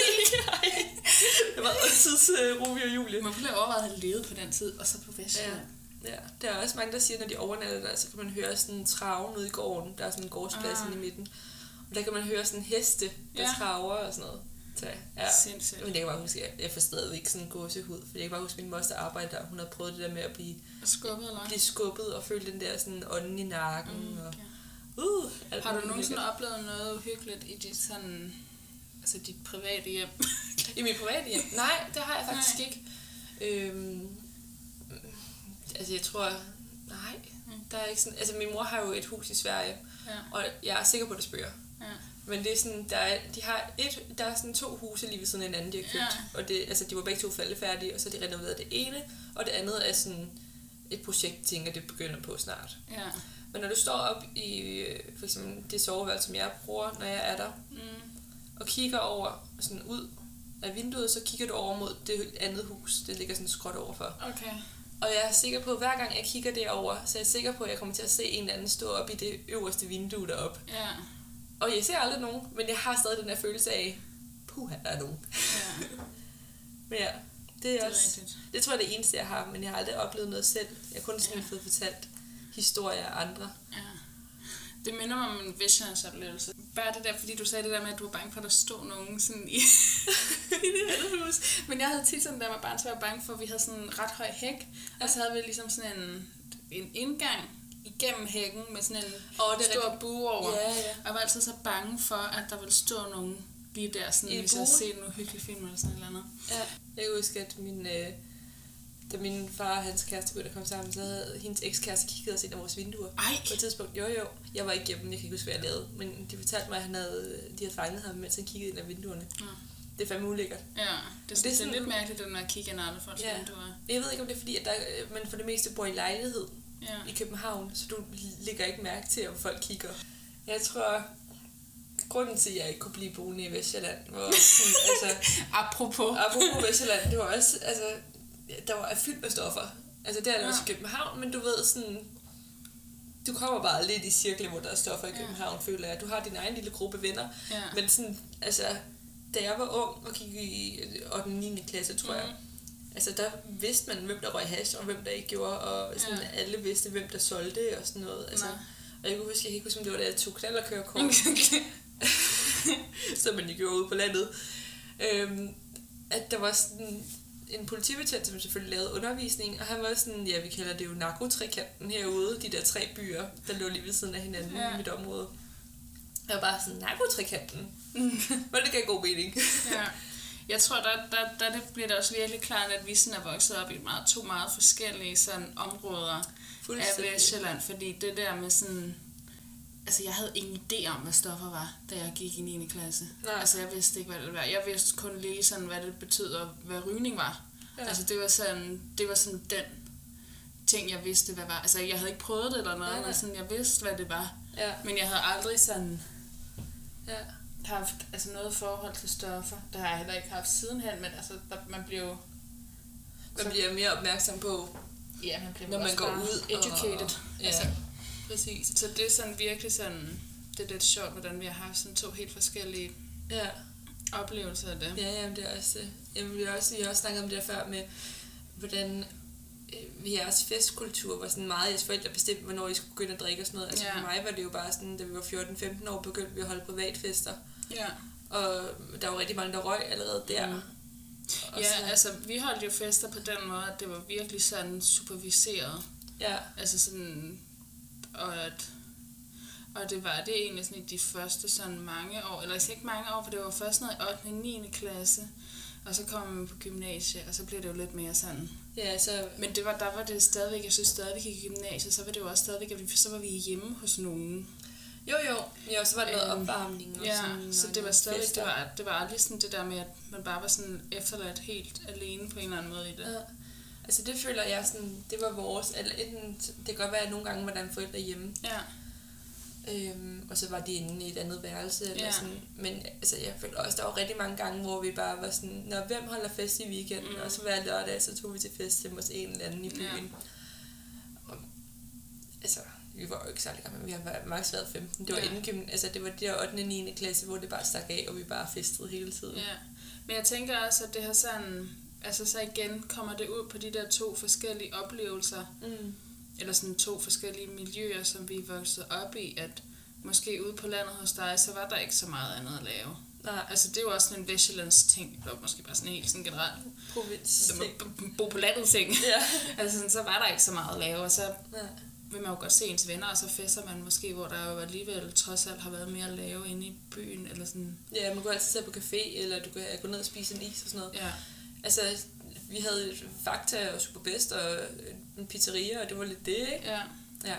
[SPEAKER 1] ikke.
[SPEAKER 2] Det var oldtids øh, Romeo og Julie.
[SPEAKER 1] Man kunne have overvejet at have levet på den tid, og så på Vestjylland.
[SPEAKER 2] Ja, der er også mange, der siger, når de overnatter der, så kan man høre sådan en traven ude i gården. Der er sådan en gårdsplads
[SPEAKER 1] Ah.
[SPEAKER 2] inde i midten. Og der kan man høre sådan en heste, der
[SPEAKER 1] Ja.
[SPEAKER 2] traver og sådan noget. Så, ja.
[SPEAKER 1] Sindssygt.
[SPEAKER 2] Men jeg kan bare huske, jeg, jeg får stadigvæk sådan en gåsehud. Fordi jeg kan bare huske, at min moster arbejder, og hun havde prøvet det der med at blive,
[SPEAKER 1] Skubbet eller
[SPEAKER 2] blive skubbet og føle den der sådan ånden i nakken.
[SPEAKER 1] Mm,
[SPEAKER 2] Og,
[SPEAKER 1] okay.
[SPEAKER 2] uh, alt
[SPEAKER 1] Har du
[SPEAKER 2] muligt
[SPEAKER 1] nogensinde
[SPEAKER 2] lækkert.
[SPEAKER 1] oplevet noget uhyggeligt i dit sådan, altså dit private hjem?
[SPEAKER 2] I mit private hjem? Nej, det har jeg faktisk
[SPEAKER 1] Nej.
[SPEAKER 2] ikke. Øhm, altså jeg tror, nej, der er ikke sådan, altså min mor har jo et hus i Sverige,
[SPEAKER 1] Ja,
[SPEAKER 2] og jeg er sikker på, at det spøger.
[SPEAKER 1] ja,
[SPEAKER 2] Men det er sådan, der er, de har et, der er sådan to huse lige ved siden af hinanden, de har købt.
[SPEAKER 1] Ja.
[SPEAKER 2] Og det, altså, de var begge to faldefærdige, og så har de renoveret det ene, og det andet er sådan et projekt, jeg tænker, det begynder på snart.
[SPEAKER 1] ja.
[SPEAKER 2] Men når du står op i øh, for eksempel det soveværelse, som jeg bruger, når jeg er der,
[SPEAKER 1] Mm,
[SPEAKER 2] og kigger over sådan ud af vinduet, så kigger du over mod det andet hus, det ligger sådan skråt overfor.
[SPEAKER 1] okay.
[SPEAKER 2] Og jeg er sikker på, at hver gang jeg kigger derover, så er jeg sikker på, at jeg kommer til at se en eller anden stå op i det øverste vindue deroppe.
[SPEAKER 1] Ja,
[SPEAKER 2] Og jeg ser aldrig nogen, men jeg har stadig den der følelse af, puha, der er nogen.
[SPEAKER 1] ja.
[SPEAKER 2] Men ja, det er
[SPEAKER 1] Det er
[SPEAKER 2] også,
[SPEAKER 1] rigtigt.
[SPEAKER 2] det tror jeg er det eneste, jeg har, men jeg har aldrig oplevet noget selv. Jeg har kun sådan
[SPEAKER 1] Ja.
[SPEAKER 2] fået fortalt historier af andre.
[SPEAKER 1] Ja. Det minder mig om en Vestjyllandsoplevelse. Bare det der, fordi du sagde det der med, at du var bange for, at der stod nogen sådan i, i det andet hus. Men jeg havde tit sådan, da jeg var barn, så var jeg bange for, at vi havde sådan en ret høj hæk. Og så havde vi ligesom sådan en, en indgang igennem hækken med sådan en
[SPEAKER 2] Åh, det er
[SPEAKER 1] stor bue over.
[SPEAKER 2] Ja, ja.
[SPEAKER 1] Og jeg var altid så bange for, at der ville stå nogen lige der, sådan,
[SPEAKER 2] I
[SPEAKER 1] hvis jeg havde
[SPEAKER 2] buen?
[SPEAKER 1] set en uhyggelig film eller sådan et eller andet.
[SPEAKER 2] Ja. Jeg kan huske, at min, øh, da min far og hans kæreste begyndte at komme sammen, så havde hendes ekskæreste kigget os ind af vores vinduer.
[SPEAKER 1] Ej!
[SPEAKER 2] På et tidspunkt, jo jo, jeg var ikke hjemme, jeg kan ikke huske, hvad jeg lavede, men de fortalte mig, at han havde, de havde fanget ham, mens han kiggede ind af vinduerne.
[SPEAKER 1] Ja.
[SPEAKER 2] Det er fandme ulækkert.
[SPEAKER 1] Ja, det er,
[SPEAKER 2] det er
[SPEAKER 1] sådan, det er
[SPEAKER 2] sådan-
[SPEAKER 1] lidt mærkeligt, den der kigge ind af andre folks
[SPEAKER 2] Ja.
[SPEAKER 1] vinduer.
[SPEAKER 2] Jeg ved ikke, om det er fordi, at der, øh, man for det meste bor i lejlighed
[SPEAKER 1] Ja.
[SPEAKER 2] i København, så du lægger ikke mærke til, om folk kigger. Jeg tror, grunden til, at jeg ikke kunne blive boende i Vestjylland, var sådan, altså...
[SPEAKER 1] apropos.
[SPEAKER 2] Apropos Vestjylland, det var også, altså... Der var fyldt med stoffer. Altså, det er der
[SPEAKER 1] Ja.
[SPEAKER 2] også i København, men du ved sådan... Du kommer bare lidt i cirkler, hvor der er stoffer i København, ja. føler jeg. Du har din egen lille gruppe venner.
[SPEAKER 1] Ja.
[SPEAKER 2] Men sådan, altså... Da jeg var ung og gik i ottende og niende klasse, tror mm. jeg... Altså, der vidste man, hvem der røg hash, og hvem der ikke gjorde, og sådan, ja. alle vidste, hvem der solgte, og sådan noget. Altså, og jeg kunne huske, jeg kan ikke huske, om det var, da jeg tog knallerkørekort, som man jo gjorde ude på landet, øhm, at der var sådan en politibetjent, som selvfølgelig lavede undervisning, og han var sådan, ja, vi kalder det jo narkotrikanten herude, de der tre byer, der lå lige ved siden af hinanden ja. i mit område. Jeg var bare sådan, narkotrikanten. Men det gav god mening.
[SPEAKER 1] Ja. Jeg tror, der, der, der det bliver det også virkelig klart, at vi sådan er vokset op i meget, to meget forskellige sådan, områder af Vestjylland, fordi det der med sådan... Altså, jeg havde ingen idé om, hvad stoffer var, da jeg gik i niende klasse. Nej. Altså, jeg vidste ikke, hvad det var. Jeg vidste kun lige sådan, hvad det betød, og hvad rygning var. Ja. Altså, det var sådan, det var sådan den ting, jeg vidste, hvad var. Altså, jeg havde ikke prøvet det eller noget, ja, men sådan, jeg vidste, hvad det var. Ja. Men jeg havde aldrig sådan... Ja. haft altså noget forhold til stoffer. Det har jeg heller ikke haft sidenhen, men altså, der, man bliver jo...
[SPEAKER 2] Man bliver mere opmærksom på,
[SPEAKER 1] ja, man bliver
[SPEAKER 2] når man går ud
[SPEAKER 1] educated.
[SPEAKER 2] Og, ja,
[SPEAKER 1] altså,
[SPEAKER 2] præcis.
[SPEAKER 1] Så det er sådan virkelig sådan, det er lidt sjovt, hvordan vi har haft sådan to helt forskellige ja. oplevelser af det.
[SPEAKER 2] Ja, jamen det er også, jamen, vi har også, vi har også snakket om det der før med, hvordan øh, jeres festkultur var sådan meget, jeres forældre bestemte, hvornår I skulle begynde at drikke og sådan noget. Altså ja. For mig var det jo bare sådan, da vi var fjorten femten år, begyndte vi at holde privatfester. Ja. Og der var rigtig mange, der røg allerede der. Mm.
[SPEAKER 1] Ja, så... altså vi holdt jo fester på den måde, at det var virkelig sådan superviseret. Ja. Altså sådan, og at, og det var det egentlig sådan i de første sådan mange år, eller ikke mange år, for det var først noget i ottende og niende klasse, og så kom man på gymnasiet, og så blev det jo lidt mere sådan. Ja, så... Men det var, der var det stadigvæk, jeg synes stadigvæk i gymnasiet, så var det jo også stadigvæk, at vi, så var vi hjemme hos nogen.
[SPEAKER 2] Jo, jo. Ja, så var det noget øhm, opvarmning og
[SPEAKER 1] ja,
[SPEAKER 2] sådan.
[SPEAKER 1] Så det var stadig, det var, det var aldrig sådan det der med, at man bare var sådan efterladt helt alene på en eller anden måde i det. Ja.
[SPEAKER 2] Altså det føler jeg sådan, det var vores, eller enten, det kan godt være, at nogle gange var der en forælder hjemme. Ja. Øhm, og så var de inde i et andet værelse eller ja. Sådan. Men altså, jeg føler også, der var rigtig mange gange, hvor vi bare var sådan, når hvem holder fest i weekenden? Mm. Og så hver lørdag, så tog vi til fest hjemme hos en eller anden i byen. Ja. Og, altså... Vi var jo ikke særlig gamle, men vi har maks været femten. Det var ja. Inden gym, altså det var det der ottende og niende klasse, hvor det bare stak af, og vi bare festede hele tiden. Ja.
[SPEAKER 1] Men jeg tænker også, at det har sådan, altså så igen kommer det ud på de der to forskellige oplevelser, mm. eller sådan to forskellige miljøer, som vi er vokset op i, at måske ude på landet hos dig, så var der ikke så meget andet at lave. Nej. Altså det er jo også sådan en Vestjyllands ting, eller måske bare sådan en helt sådan generelt
[SPEAKER 2] provins
[SPEAKER 1] bo på landet ting. Ja. Altså sådan, så var der ikke så meget at lave, og så... Ja. Vil man jo godt se ens venner, og så fester man måske, hvor der jo alligevel trods alt har været mere at lave inde i byen, eller sådan.
[SPEAKER 2] Ja, man kan altid sidde på café, eller du kan gå ned og spise en is og sådan noget. Ja. Altså, vi havde Fakta og Superbest og en pizzeria, og det var lidt det, ikke? Ja. Ja.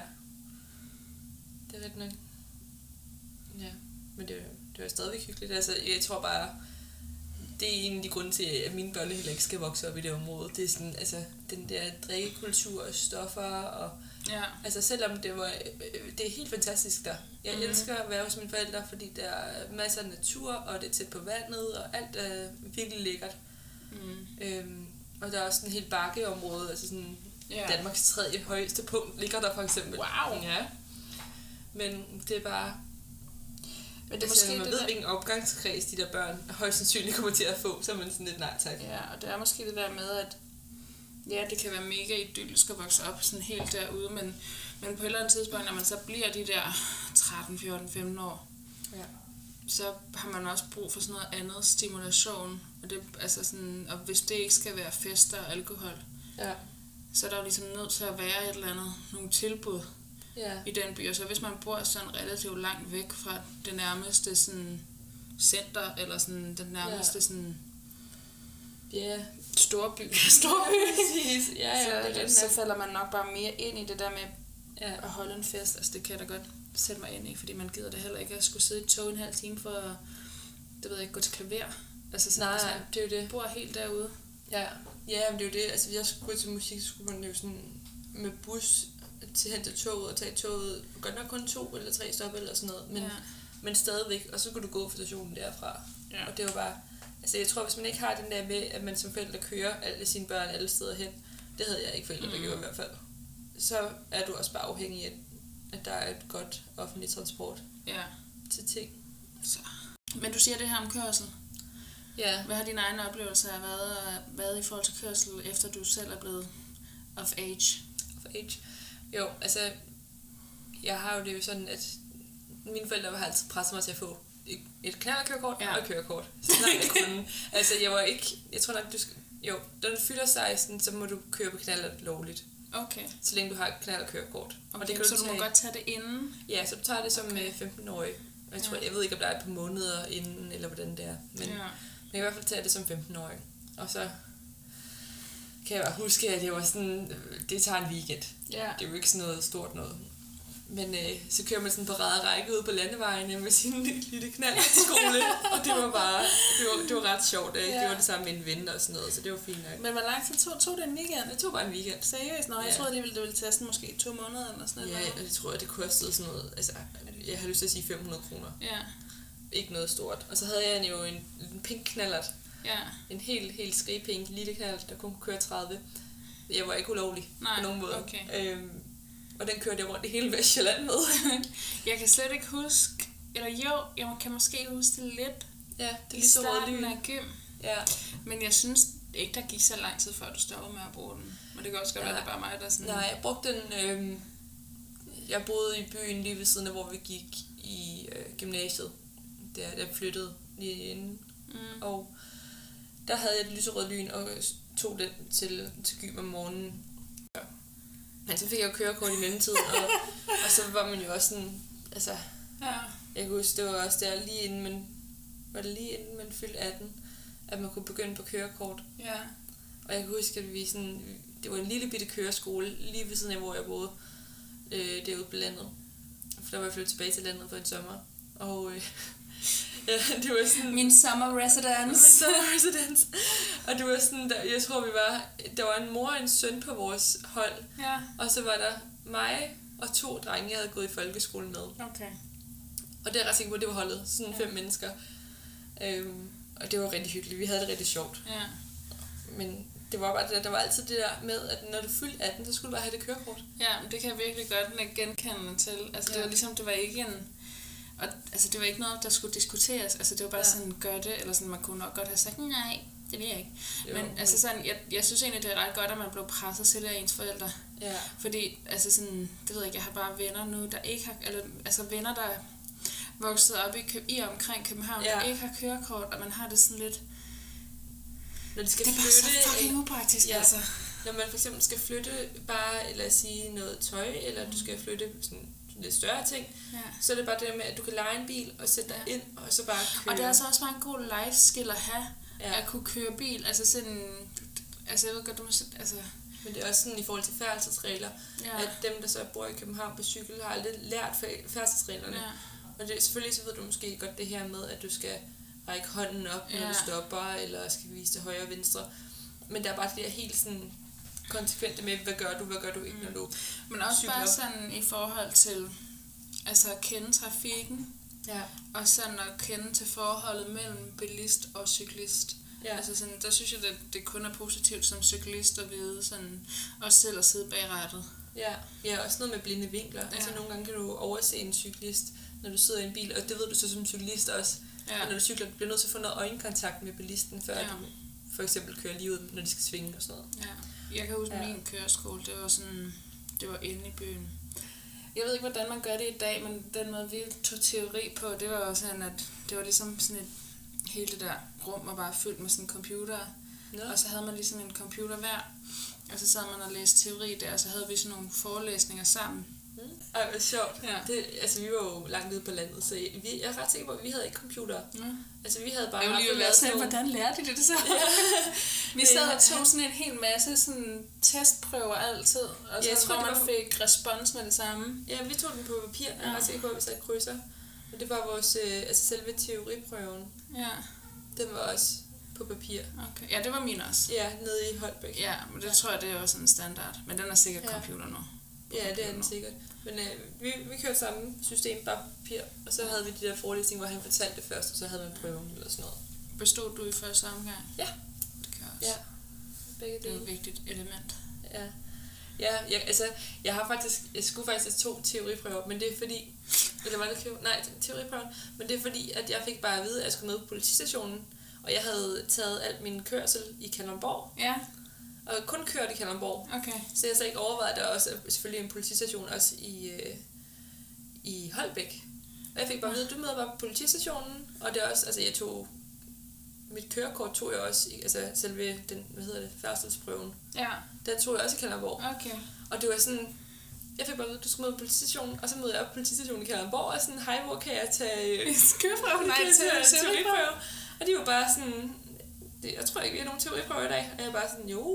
[SPEAKER 2] Det er ret nok. Ja, men det, det var stadigvæk hyggeligt. Altså, jeg tror bare, det er en af de grunde til, at mine børn heller ikke skal vokse op i det område. Det er sådan, altså, den der drikkekultur og stoffer og... Ja. Altså selvom det var, det er helt fantastisk der. Jeg mm. elsker at være hos mine forældre, fordi der er masser af natur, og det er tæt på vandet, og alt er virkelig lækkert. Mm. Øhm, og der er også en helt bakkeområde, altså sådan yeah. Danmarks tredje højeste punkt ligger der for eksempel.
[SPEAKER 1] Wow!
[SPEAKER 2] Ja. Men det er bare... Men det er
[SPEAKER 1] altså,
[SPEAKER 2] måske man ved, der... hvilken opgangskreds de der børn højst sandsynligt kommer til at få, så er man sådan lidt nej tak.
[SPEAKER 1] Ja, og det er måske det der med, at ja, det kan være mega idyllisk at vokse op sådan helt derude, men, men på et eller andet tidspunkt, når man så bliver de der tretten, fjorten, femten år, ja. Så har man også brug for sådan noget andet stimulation, og, det, altså sådan, og hvis det ikke skal være fester og alkohol, ja. Så er der jo ligesom nødt til at være et eller andet, nogle tilbud ja. I den by, og så hvis man bor sådan relativt langt væk fra det nærmeste sådan center, eller sådan den nærmeste ja. Sådan...
[SPEAKER 2] Ja,
[SPEAKER 1] storby. Storby.
[SPEAKER 2] Præcis. Ja, ja,
[SPEAKER 1] så, det, så falder man nok bare mere ind i det der med ja. At holde en fest. Altså det kan jeg da godt sætte mig ind i, fordi man gider det heller ikke at skulle sidde i tog en halv time for at, det ved jeg ikke, gå til klaver. Altså sådan,
[SPEAKER 2] nej,
[SPEAKER 1] sådan,
[SPEAKER 2] det er jo det.
[SPEAKER 1] Bor helt derude.
[SPEAKER 2] Ja, ja, men det er jo det. Altså hvis jeg skulle gå til musik, så skulle man jo sådan med bus til hen til toget og tage toget. Godt nok kun to eller tre stop eller sådan noget, men, ja. men stadigvæk, og så kunne du gå for stationen derfra.
[SPEAKER 1] Ja.
[SPEAKER 2] Og det var bare, altså jeg tror, hvis man ikke har den der med, at man som forældre kører alle sine børn alle steder hen, det havde jeg ikke forældre, der mm. gjorde i hvert fald, så er du også bare afhængig af, at der er et godt offentligt transport
[SPEAKER 1] ja.
[SPEAKER 2] til ting.
[SPEAKER 1] Så. Men du siger det her om kørsel.
[SPEAKER 2] Ja.
[SPEAKER 1] Hvad har dine egne oplevelser været, været i forhold til kørsel, efter du selv er blevet of age?
[SPEAKER 2] Of age? Jo, altså, jeg har jo det jo sådan, at mine forældre har altid presset mig til at få et knallertkørekort ja. og et kørekort. Så snart jeg kunne. Altså, jeg var ikke, jeg tror nok, du skal, jo, når du fylder seksten, så må du køre på knallert lovligt.
[SPEAKER 1] Okay.
[SPEAKER 2] Så længe du har et knallertkørekort.
[SPEAKER 1] Okay,
[SPEAKER 2] og det kan
[SPEAKER 1] så
[SPEAKER 2] du,
[SPEAKER 1] du
[SPEAKER 2] tage,
[SPEAKER 1] må godt tage det inden?
[SPEAKER 2] Ja, så du tager det som
[SPEAKER 1] okay.
[SPEAKER 2] femten-årig. Og jeg, tror,
[SPEAKER 1] ja.
[SPEAKER 2] jeg ved ikke, om der er et par måneder inden, eller hvordan det er. Men
[SPEAKER 1] ja.
[SPEAKER 2] man kan i hvert fald tage det som femten-årig. Og så kan jeg bare huske, at det var sådan, det tager en weekend.
[SPEAKER 1] Ja.
[SPEAKER 2] Det er jo ikke sådan noget stort noget. Men øh, så kører man sådan på ræd og række ud på landevejene med sin lille knallertskole, og det var bare, det var, det var ret sjovt. Jeg ja. gjorde det sammen med en ven og sådan noget, så det var fint nok.
[SPEAKER 1] Men hvor lang tid tog, tog det en weekend?
[SPEAKER 2] Det tog bare en weekend.
[SPEAKER 1] Seriøst? Nå, jeg
[SPEAKER 2] ja.
[SPEAKER 1] troede alligevel, det ville tage sådan måske to måneder eller sådan noget.
[SPEAKER 2] Ja, og det tror jeg, det kostede sådan noget, altså, jeg har lyst til at sige fem hundrede kroner.
[SPEAKER 1] Ja.
[SPEAKER 2] Ikke noget stort. Og så havde jeg jo en, en pink knallert.
[SPEAKER 1] Ja.
[SPEAKER 2] En helt, helt skrigpink lille knallert, der kun kunne køre tredive. Jeg var ikke ulovlig
[SPEAKER 1] Nej,
[SPEAKER 2] på nogen måde.
[SPEAKER 1] Okay.
[SPEAKER 2] Øhm, Og den kørte jeg rundt i hele Vestjylland med.
[SPEAKER 1] Jeg kan slet ikke huske, eller jo, jeg kan måske huske det lidt.
[SPEAKER 2] Ja, det er
[SPEAKER 1] i
[SPEAKER 2] lige så
[SPEAKER 1] starten af gym.
[SPEAKER 2] Ja.
[SPEAKER 1] Men jeg synes ikke, der gik så lang tid før du stoppede med at bruge den. Men det kan også godt være, det er bare mig, der sådan...
[SPEAKER 2] Nej, jeg brugte den... Øh, jeg boede i byen lige ved siden af, hvor vi gik i øh, gymnasiet. Der, der flyttede lige inden. Mm. Og der havde jeg et lyserød lyn og tog den til, til gym om morgenen. Men så fik jeg jo kørekort i mellemtiden, og, og så var man jo også sådan, altså,
[SPEAKER 1] ja.
[SPEAKER 2] jeg kan huske, det var også der lige inden man, var det lige inden man fyldte atten, at man kunne begynde på kørekort.
[SPEAKER 1] Ja.
[SPEAKER 2] Og jeg kan huske, at vi sådan, det var en lille bitte køreskole, lige ved siden af, hvor jeg boede, øh, derude på landet. For der var jeg flyttet tilbage til landet for en sommer, og øh, ja, det var sådan...
[SPEAKER 1] Min summer residence.
[SPEAKER 2] Min summer residence. Og det var sådan, der, jeg tror vi var, der var en mor og en søn på vores hold.
[SPEAKER 1] Ja.
[SPEAKER 2] Og så var der mig og to drenge, jeg havde gået i folkeskolen med.
[SPEAKER 1] Okay.
[SPEAKER 2] Og det er ret sikker på, at det var holdet. Sådan ja. fem mennesker. Øhm, og det var rigtig hyggeligt. Vi havde det rigtig sjovt.
[SPEAKER 1] Ja.
[SPEAKER 2] Men det var bare det der, der var altid det der med, at når du fyldte atten, så skulle du bare have det kørekort.
[SPEAKER 1] Ja, det kan jeg virkelig godt genkende til. Altså det ja. var ligesom, det var ikke en... Og altså, det var ikke noget, der skulle diskuteres. Altså, det var bare ja. sådan, gør det, eller sådan, man kunne nok godt have sagt, nej, det vil jeg ikke. Jo, men, men altså sådan, jeg, jeg synes egentlig, det er ret godt, at man blev presset til det af ens forældre.
[SPEAKER 2] Ja.
[SPEAKER 1] Fordi, altså sådan, det ved jeg ikke, jeg har bare venner nu, der ikke har, eller altså venner, der er vokset op i, i omkring København, ja. der ikke har kørekort, og man har det sådan lidt...
[SPEAKER 2] Når de skal
[SPEAKER 1] det er
[SPEAKER 2] flytte,
[SPEAKER 1] bare så fucking upraktisk, ja. altså.
[SPEAKER 2] Når man for eksempel skal flytte bare, lad os sige, noget tøj, eller mm. du skal flytte sådan lidt større ting, ja. så er det bare det der med, at du kan leje en bil og sætte dig ja. ind, og så bare køre.
[SPEAKER 1] Og det er altså også bare en god life skill at have,
[SPEAKER 2] ja.
[SPEAKER 1] at kunne køre bil. Altså sådan, altså jeg ved godt, du må sætte, altså...
[SPEAKER 2] Men det er også sådan i forhold til færdselsregler, ja. at dem, der så bor i København på cykel, har aldrig lært færdselsreglerne. Ja. Og det, selvfølgelig så ved du måske godt det her med, at du skal række hånden op, når ja. du stopper, eller skal vise til højre og venstre. Men der er bare det der helt sådan konsekvente med, hvad gør du, hvad gør du ikke, når du
[SPEAKER 1] Men også cykler. Bare sådan i forhold til altså at kende trafikken,
[SPEAKER 2] ja.
[SPEAKER 1] og sådan at kende til forholdet mellem bilist og cyklist. Ja. Altså sådan, der synes jeg, at det kun er positivt som cyklist at vide sådan, også selv at sidde bag rattet.
[SPEAKER 2] Ja, ja, også noget med blinde vinkler. Ja. Altså nogle gange kan du overse en cyklist, når du sidder i en bil, og det ved du så som cyklist også. Ja. Og når du cykler, du bliver nødt til at få noget øjenkontakt med bilisten, før ja. du for eksempel kører lige ud, når de skal svinge og sådan noget.
[SPEAKER 1] Ja. Jeg kan huske ja. min køreskole, det var sådan, det var inde i byen. Jeg ved ikke, hvordan man gør det i dag, men den måde, vi tog teori på, det var jo sådan, at det var ligesom sådan et, hele det der rum var bare fyldt med sådan en computer. Ja. Og så havde man ligesom en computer hver, og så sad man og læste teori der, og så havde vi sådan nogle forelæsninger sammen.
[SPEAKER 2] Mm. Ej, hvor sjovt.
[SPEAKER 1] Ja.
[SPEAKER 2] Det, altså, vi var jo langt ude på landet, så vi, jeg er ret sikker på, at vi havde ikke computer.
[SPEAKER 1] Mm.
[SPEAKER 2] Altså, vi havde bare...
[SPEAKER 1] Jeg ville lige være sådan, hvordan lærte de det så? Ja. Vi sad og tog sådan en hel masse sådan testprøver altid, og så ja, tror, hvor man var... fik respons med det samme. Ja,
[SPEAKER 2] vi tog den på papir, jeg er ret sikker på, at vi satte krydser. Og det var vores, øh, altså selve teoriprøven.
[SPEAKER 1] Ja.
[SPEAKER 2] Den var også på papir.
[SPEAKER 1] Okay. Ja, det var min også.
[SPEAKER 2] Ja, nede i Holbæk.
[SPEAKER 1] Ja, men det ja. tror jeg, det er også en standard. Men den er sikkert ja. computer nu.
[SPEAKER 2] Ja, det er den sikkert. Men øh, vi, vi kørte samme system, bare papir, og så havde vi de der forelæsninger, hvor han fortalte det først, og så havde man prøven eller sådan noget.
[SPEAKER 1] Bestod du i første omgang?
[SPEAKER 2] Ja.
[SPEAKER 1] Det kan jeg også.
[SPEAKER 2] Ja. Begge
[SPEAKER 1] Det er jo
[SPEAKER 2] dele.
[SPEAKER 1] et vigtigt element.
[SPEAKER 2] Ja. Ja, jeg, altså, jeg har faktisk, jeg skulle faktisk have to teoriprøver, men det er fordi, eller var det teori? Nej, teoriprøven, men det er fordi, at jeg fik bare at vide, at jeg skulle med på politistationen, og jeg havde taget alt min kørsel i Kalundborg,
[SPEAKER 1] Ja,
[SPEAKER 2] og kun kørt i Kalundborg,
[SPEAKER 1] okay.
[SPEAKER 2] så jeg så ikke overvejet, at der også er selvfølgelig en politistation også i, øh, i Holbæk. Og jeg fik bare at vide, at du møder bare på politistationen, og det er også, altså jeg tog, mit kørekort tog jeg også, i, altså selve den, hvad hedder det, færdselsprøven,
[SPEAKER 1] Ja,
[SPEAKER 2] den tog jeg også i Kalundborg.
[SPEAKER 1] okay.
[SPEAKER 2] Og det var sådan, jeg fik bare at vide, at du skulle møde på politistationen, og så mødte jeg op på politistationen i Kalundborg, og sådan, hej, hvor kan jeg tage
[SPEAKER 1] Køreprøve? Nej,
[SPEAKER 2] kan jeg tage
[SPEAKER 1] til
[SPEAKER 2] teoriprøve? Og de var bare sådan, det, jeg tror ikke, vi har nogen teoriprøve i dag. Og jeg var bare sådan, jo.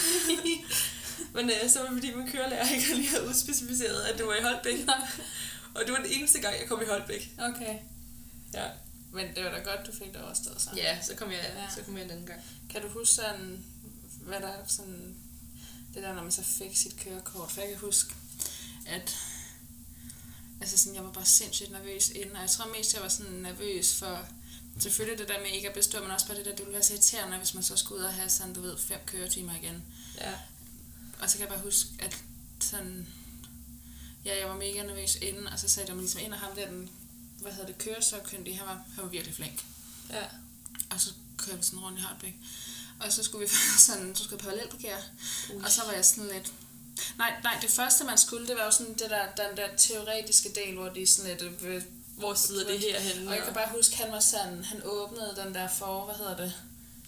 [SPEAKER 2] Men øh, så var det fordi, min kørelærer ikke lige havde udspecificeret, at det var i Holbæk. Og det var den eneste gang, jeg kom i Holbæk.
[SPEAKER 1] Okay.
[SPEAKER 2] Ja.
[SPEAKER 1] Men det var da godt, du fik det overstået så.
[SPEAKER 2] Ja, så kom jeg,
[SPEAKER 1] Ja.
[SPEAKER 2] så kom jeg en anden gang.
[SPEAKER 1] Kan du huske sådan, hvad der er sådan, det der, når man så fik sit kørekort? For jeg kan huske, at altså sådan, jeg var bare sindssygt nervøs inden, og jeg tror mest, jeg var sådan nervøs for, selvfølgelig det der med ikke at bestå, men også bare det der, det ville være så irriterende, hvis man så skulle ud og have sådan, du ved, fem køretimer igen.
[SPEAKER 2] Ja.
[SPEAKER 1] Og så kan jeg bare huske, at sådan, ja, jeg var mega nervøs inden, og så satte jeg mig ligesom ind, og ham der, den, hvad hedder det, køresagkyndige, han var, han var virkelig flink.
[SPEAKER 2] Ja.
[SPEAKER 1] Og så kørte vi sådan rundt i Holbæk. Og så skulle vi sådan, så skulle jeg parallelparkere.
[SPEAKER 2] Uh.
[SPEAKER 1] Og så var jeg sådan lidt... Nej, nej, det første man skulle, det var jo sådan det der, den der teoretiske del, hvor de sådan lidt... Øh,
[SPEAKER 2] Hvor sidder det her henne?
[SPEAKER 1] og jeg kan bare huske, han var sådan, han åbnede den der for, hvad hedder det?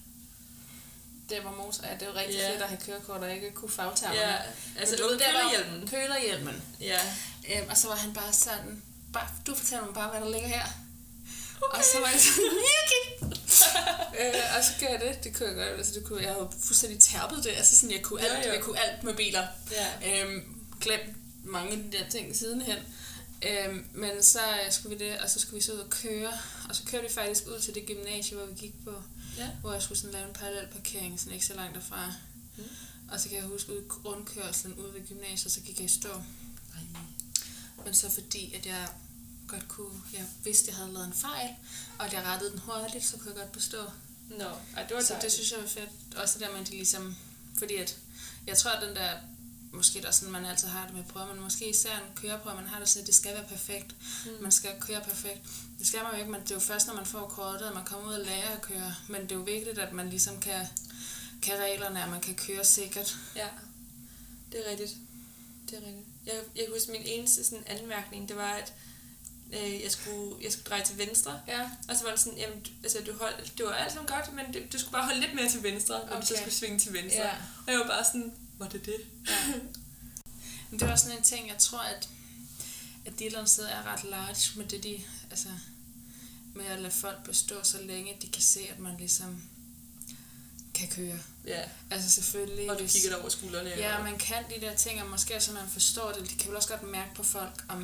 [SPEAKER 1] Det var motor, ja, det var rigtig
[SPEAKER 2] Ja.
[SPEAKER 1] fedt at have kørekort og ikke kunne fagtermerne.
[SPEAKER 2] Ja, altså
[SPEAKER 1] Men du ved, der var
[SPEAKER 2] kølerhjelmen.
[SPEAKER 1] kølerhjelmen.
[SPEAKER 2] Ja.
[SPEAKER 1] Øhm, og så var han bare sådan, bare, du fortæller mig bare, hvad der ligger her. Okay. Og så var jeg sådan, okay. øh, og så gør jeg det, det kunne jeg godt, altså det kunne, jeg havde fuldstændig tærpet det, altså sådan, jeg kunne alt,
[SPEAKER 2] Ja, ja.
[SPEAKER 1] jeg kunne alt med biler.
[SPEAKER 2] Ja.
[SPEAKER 1] Øhm, glemt mange af de der ting sidenhen. Øhm, men så øh, skulle vi det, og så skulle vi så ud og køre, og så kørte vi faktisk ud til det gymnasie, hvor vi gik på,
[SPEAKER 2] Ja.
[SPEAKER 1] hvor jeg skulle sådan lave en parallel parkering, sådan ikke så langt derfra.
[SPEAKER 2] Mm.
[SPEAKER 1] Og så kan jeg huske, ud i rundkørslen ude ved gymnasiet, så gik jeg i stå.
[SPEAKER 2] Ej.
[SPEAKER 1] Men så fordi, at jeg godt kunne, jeg vidste, at jeg havde lavet en fejl, og at jeg rettede den hurtigt, så kunne jeg godt bestå.
[SPEAKER 2] Nå, ej, det var
[SPEAKER 1] Så
[SPEAKER 2] dejligt.
[SPEAKER 1] det synes jeg var fedt. Også det der med, at de ligesom, fordi at, jeg tror, at den der, måske der er sådan, man altid har det med prøver, men måske især en køreprøve, man har det sådan, at det skal være perfekt.
[SPEAKER 2] Mm.
[SPEAKER 1] Man skal køre perfekt. Det skal man jo ikke, men det er jo først, når man får kortet, at man kommer ud og lærer at køre. Men det er jo vigtigt, at man ligesom kan, kan reglerne, at man kan køre sikkert.
[SPEAKER 2] Ja, det er rigtigt. Det er rigtigt. Jeg, jeg kan huske, min eneste sådan anmærkning, det var, at øh, jeg, skulle, jeg skulle dreje til venstre.
[SPEAKER 1] Ja.
[SPEAKER 2] Og så var det sådan, jamen, du, altså, du hold, det var alt sammen godt, men det, du skulle bare holde lidt mere til venstre, når okay. du så
[SPEAKER 1] Okay.
[SPEAKER 2] skulle svinge til venstre.
[SPEAKER 1] Ja.
[SPEAKER 2] Og jeg var bare sådan, var det det?
[SPEAKER 1] Ja. Men det var sådan en ting, jeg tror, at, at de et eller andet sted er ret large med det, de, altså, med at lade folk bestå så længe, de kan se, at man ligesom kan køre.
[SPEAKER 2] Ja,
[SPEAKER 1] Altså selvfølgelig...
[SPEAKER 2] og du
[SPEAKER 1] hvis-
[SPEAKER 2] kigger der over skuldrene.
[SPEAKER 1] Ja,
[SPEAKER 2] og,
[SPEAKER 1] man kan de der ting, og måske så man forstår det. De kan vel også godt mærke på folk, om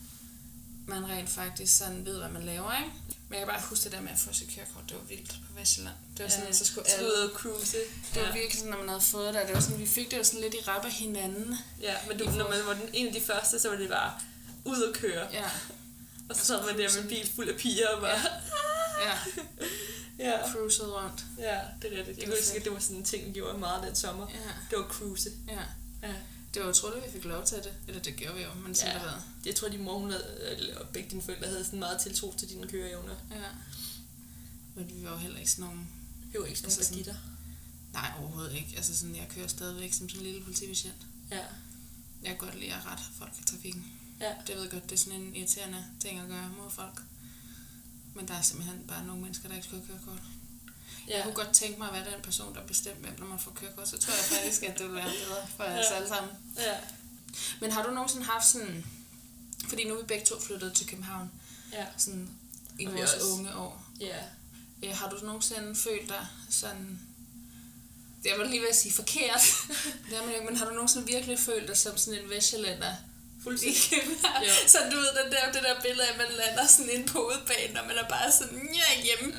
[SPEAKER 1] man rent faktisk sådan ved, hvad man laver, ikke? Men jeg kan bare huske det der med at få sit kørekort. Det var vildt på Vestjylland. Det var sådan,
[SPEAKER 2] ja,
[SPEAKER 1] at så skulle
[SPEAKER 2] så
[SPEAKER 1] alle...
[SPEAKER 2] ud og cruise.
[SPEAKER 1] Det var
[SPEAKER 2] Ja.
[SPEAKER 1] virkelig sådan, når man havde fået det. Det var sådan, vi fik det jo sådan lidt i rap af hinanden.
[SPEAKER 2] Ja, men du,
[SPEAKER 1] I
[SPEAKER 2] når man var den, en af de første, så var det bare ud og køre.
[SPEAKER 1] Ja,
[SPEAKER 2] Og så sad man der med en bil fuld af piger og bare...
[SPEAKER 1] ja.
[SPEAKER 2] Ja,
[SPEAKER 1] Cruisede rundt.
[SPEAKER 2] ja, det er rigtigt. Jeg
[SPEAKER 1] Det
[SPEAKER 2] kan
[SPEAKER 1] var
[SPEAKER 2] huske,
[SPEAKER 1] fedt.
[SPEAKER 2] at det var sådan en ting, vi gjorde meget den sommer.
[SPEAKER 1] Ja,
[SPEAKER 2] Det var cruise.
[SPEAKER 1] ja.
[SPEAKER 2] Ja.
[SPEAKER 1] Det var utroligt, at vi fik lov til det. Eller det gjorde vi jo, men sådan
[SPEAKER 2] Ja.
[SPEAKER 1] ja. det
[SPEAKER 2] Jeg tror, din mor hun havde, eller begge dine forældre havde sådan meget tiltro til dine køreevner.
[SPEAKER 1] Ja. Men vi var jo heller ikke sådan nogle...
[SPEAKER 2] Det var ikke sådan
[SPEAKER 1] Altså
[SPEAKER 2] nogle
[SPEAKER 1] sådan-
[SPEAKER 2] banditter.
[SPEAKER 1] Nej, overhovedet ikke. Altså sådan, jeg kører stadigvæk som sådan en lille politibetjent.
[SPEAKER 2] Ja.
[SPEAKER 1] Jeg kan godt lide at rette folk i trafikken.
[SPEAKER 2] Ja.
[SPEAKER 1] Det ved jeg godt, det er sådan en irriterende ting at gøre mod folk. Men der er simpelthen bare nogle mennesker, der ikke skal have kørekort. Ja. Jeg
[SPEAKER 2] Ja.
[SPEAKER 1] kunne godt tænke mig at være den person, der bestemte, hvem når man får kørekort. Så tror jeg faktisk, at det ville være bedre for os
[SPEAKER 2] Ja.
[SPEAKER 1] alle sammen.
[SPEAKER 2] Ja.
[SPEAKER 1] Men har du nogensinde haft sådan... Fordi nu er vi begge to flyttet til København.
[SPEAKER 2] Ja.
[SPEAKER 1] Sådan i
[SPEAKER 2] Og vi
[SPEAKER 1] vores
[SPEAKER 2] også-
[SPEAKER 1] unge år.
[SPEAKER 2] Ja.
[SPEAKER 1] Øh, har du nogensinde følt dig sådan... Jeg vil lige ved at sige forkert. Det er man jo ikke, men har du nogensinde virkelig følt dig som sådan en vestjyllænder?
[SPEAKER 2] Fuldstændig. Jo.
[SPEAKER 1] Så du ved, den der, det der billede af, at man lander sådan inde på udebanen, og man er bare sådan, ja, hjemme.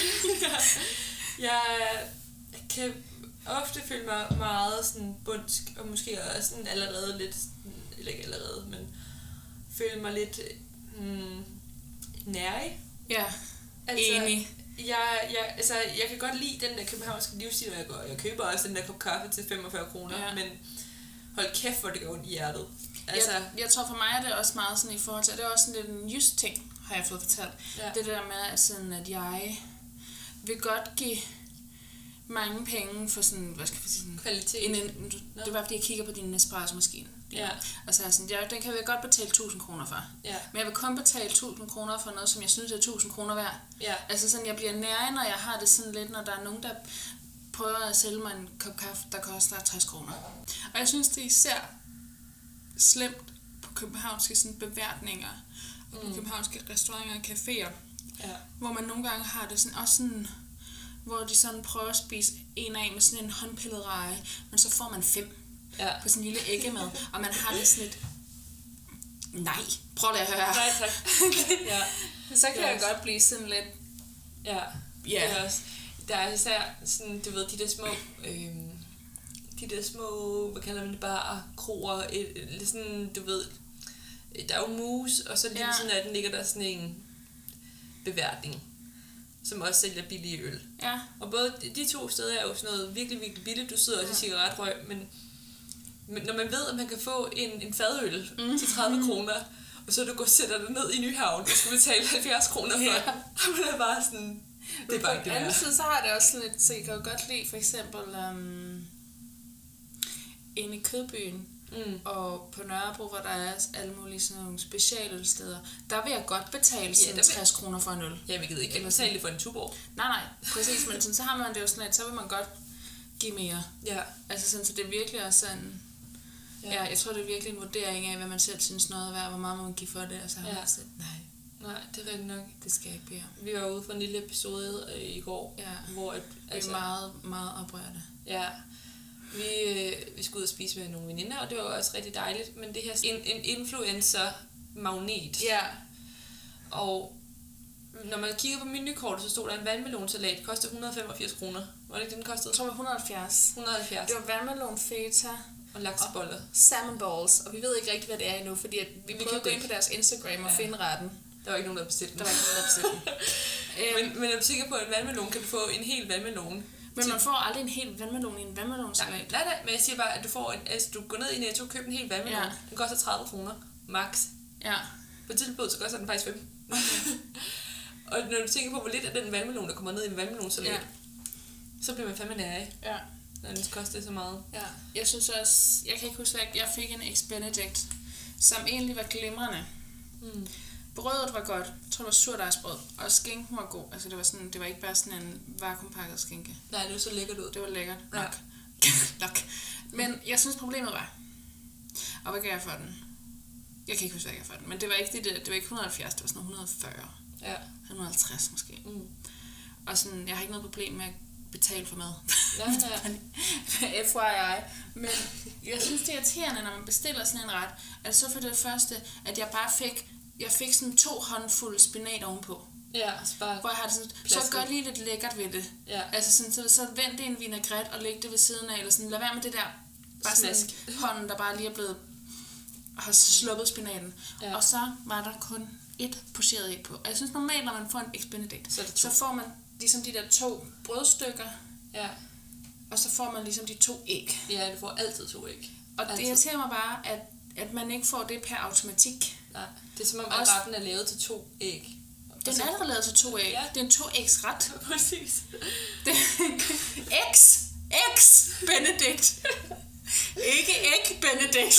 [SPEAKER 2] Jeg kan ofte føle mig meget sådan bundsk, og måske også sådan allerede lidt sådan, eller ikke allerede, men føle mig lidt hmm, nærig.
[SPEAKER 1] Ja, altså, enig.
[SPEAKER 2] Jeg, jeg, altså, jeg kan godt lide den der københavnske livsstil, og jeg, går, jeg køber også den der kop kaffe til femogfyrre kroner, ja. Men hold kæft, hvor det går ondt i hjertet. Altså,
[SPEAKER 1] jeg, jeg tror for mig er det også meget sådan i forhold til, og det er også sådan lidt en just ting, har jeg fået fortalt. Ja. Det der med, at, sådan, at jeg vil godt give mange penge for sådan, hvad skal jeg sige, sådan
[SPEAKER 2] kvalitet.
[SPEAKER 1] En, en, det var fordi jeg kigger på din Nespresso-maskine. Ja. Og så er jeg sådan, ja, den kan jeg godt betale tusind kroner for. Ja. Men jeg vil kun betale tusind kroner for noget, som jeg synes er tusind kroner værd. Ja. Altså sådan, jeg bliver nærig, når jeg har det sådan lidt, når der er nogen, der prøver at sælge mig en kop kaffe, der koster tres kroner. Og jeg synes, det er især slemt på københavnske sådan beværtninger, og på mm. københavnske restauranter og caféer, ja. Hvor man nogle gange har det sådan, også sådan, hvor de sådan prøver at spise en af med sådan en håndpillet reje, men så får man fem. Ja. På sådan en lille æggemad, og man har det sådan lidt, nej, prøv lige at høre.
[SPEAKER 2] Nej, tak.
[SPEAKER 1] Ja. Så kan yes. jeg godt blive sådan lidt,
[SPEAKER 2] ja, yeah. Det er også. Der er især sådan, du ved, de der små, øhm, de der små, hvad kalder man det, bare kroer, et, sådan, du ved, der er jo mus, og så lige ja. Sådan af den ligger der sådan en beværtning, som også sælger billige øl. Ja. Og både de to steder er jo sådan noget virkelig, virkelig billigt. Du sidder også ja. I cigaretrøg, men, men når man ved, at man kan få en, en fadøl mm. til tredive kroner, og så du går og sætter dig ned i Nyhavn, og skal betale halvfjerds kroner for ja. Og man er bare sådan, det er bare ikke det
[SPEAKER 1] anden side, så har det også sådan lidt, så jeg kan jo godt lide for eksempel um, inde i Kødbyen, mm. og på Nørrebro, hvor der er alle mulige sådan nogle specialølsteder, der vil jeg godt betale sådan ja, tres kroner for en øl.
[SPEAKER 2] Ja, vi gider ikke betale det for en Tuborg.
[SPEAKER 1] Nej, nej, præcis, men sådan, så har man det jo sådan, at så vil man godt give mere. Ja. Altså sådan, så det er virkelig også sådan, ja. Ja, jeg tror, det er virkelig en vurdering af, hvad man selv synes noget er værd, hvor meget man give for det, og så har ja. Man sagt, nej.
[SPEAKER 2] Nej, det er rigtigt nok.
[SPEAKER 1] Det skal jeg ikke bede om.
[SPEAKER 2] Vi var ude for en lille episode øh, i går,
[SPEAKER 1] ja.
[SPEAKER 2] Hvor at,
[SPEAKER 1] altså, vi er meget, meget oprørte.
[SPEAKER 2] Ja, vi, øh, vi skulle ud og spise med nogle veninder, og det var også rigtig dejligt, men det her en, en influencer-magnet. Ja. Og når man kigger på menukortet, så stod der en vandmelonsalat, det koster et hundrede og femogfirs kroner. Var det ikke, den kostede?
[SPEAKER 1] Jeg tror, det var et hundrede og halvfjerds.
[SPEAKER 2] et hundrede og halvfjerds.
[SPEAKER 1] Det var vandmelon, feta
[SPEAKER 2] og lakseboller.
[SPEAKER 1] Salmon balls, og vi ved ikke rigtig, hvad det er endnu, fordi at vi, vi prøvede at gå ind på deres Instagram og ja. Finde retten.
[SPEAKER 2] Der var ikke nogen, der bestilte den.
[SPEAKER 1] Der var ikke nogen, der bestilte
[SPEAKER 2] den. men, men jeg er sikker på, at en vandmelon kan du få en hel vandmelon.
[SPEAKER 1] Men man får aldrig en hel vandmelon i en vandmelonsalat.
[SPEAKER 2] Nej, nej, nej, men jeg siger bare, at du får en, altså, du går ned i Netto og køber en hel vandmelon. Ja. Den koster tredive kroner, max. Ja. På tilbud, så koster den faktisk fem. Okay. Og når du tænker på, hvor lidt af den vandmelon, der kommer ned i en vandmelonsalat, ja. Så bliver man fandme nærig. Ja. Når den koster så meget.
[SPEAKER 1] Ja. Jeg synes også, jeg kan ikke huske, at jeg fik en Eggs Benedict, som egentlig var glimrende. Mm. Brødet var godt. Jeg tror, det var surdejsbrød. Og skinken var god. Altså, det var, sådan, det var ikke bare sådan en vakuumpakket skinke.
[SPEAKER 2] Nej, det var så lækkert ud.
[SPEAKER 1] Det var lækkert. Nok. Ja. Nok. Men jeg synes, problemet var, og hvad gav jeg for den? Jeg kan ikke huske, hvad jeg gav for den. Men det var ikke, det, det var ikke et hundrede og halvfjerds, det var sådan et hundrede og fyrre. Ja. et hundrede og halvtreds måske. Mm. Og sådan, jeg har ikke noget problem med at betale for mad. Ja, ja. F Y I. Men jeg synes, det er irriterende, når man bestiller sådan en ret. Altså så for det første, at jeg bare fik, jeg fik sådan to håndfulde spinat ovenpå.
[SPEAKER 2] Ja, bare
[SPEAKER 1] hvor jeg har det sådan, så gør lige lidt lækkert ved det. Ja. Altså sådan, så, så vend det i en vinaigrette og læg det ved siden af, eller sådan, lad være med det der, bare sådan hånden, der bare lige er blevet, har sluppet spinaten. Ja. Og så var der kun et pocheret æg på. Og jeg synes normalt, når man får en Eggs Benedict, så, så får man ligesom de der to brødstykker, ja. Og så får man ligesom de to æg.
[SPEAKER 2] Ja, du får altid to æg.
[SPEAKER 1] Og altid. Det irriterer mig bare, at, at man ikke får det per automatik.
[SPEAKER 2] Nej, det er som om, at retten er lavet til to æg.
[SPEAKER 1] Den er allerede lavet til to æg. Ja. Det er en to ægs ret.
[SPEAKER 2] Præcis.
[SPEAKER 1] Eggs. Eggs Benedict. Ikke æg Benedict.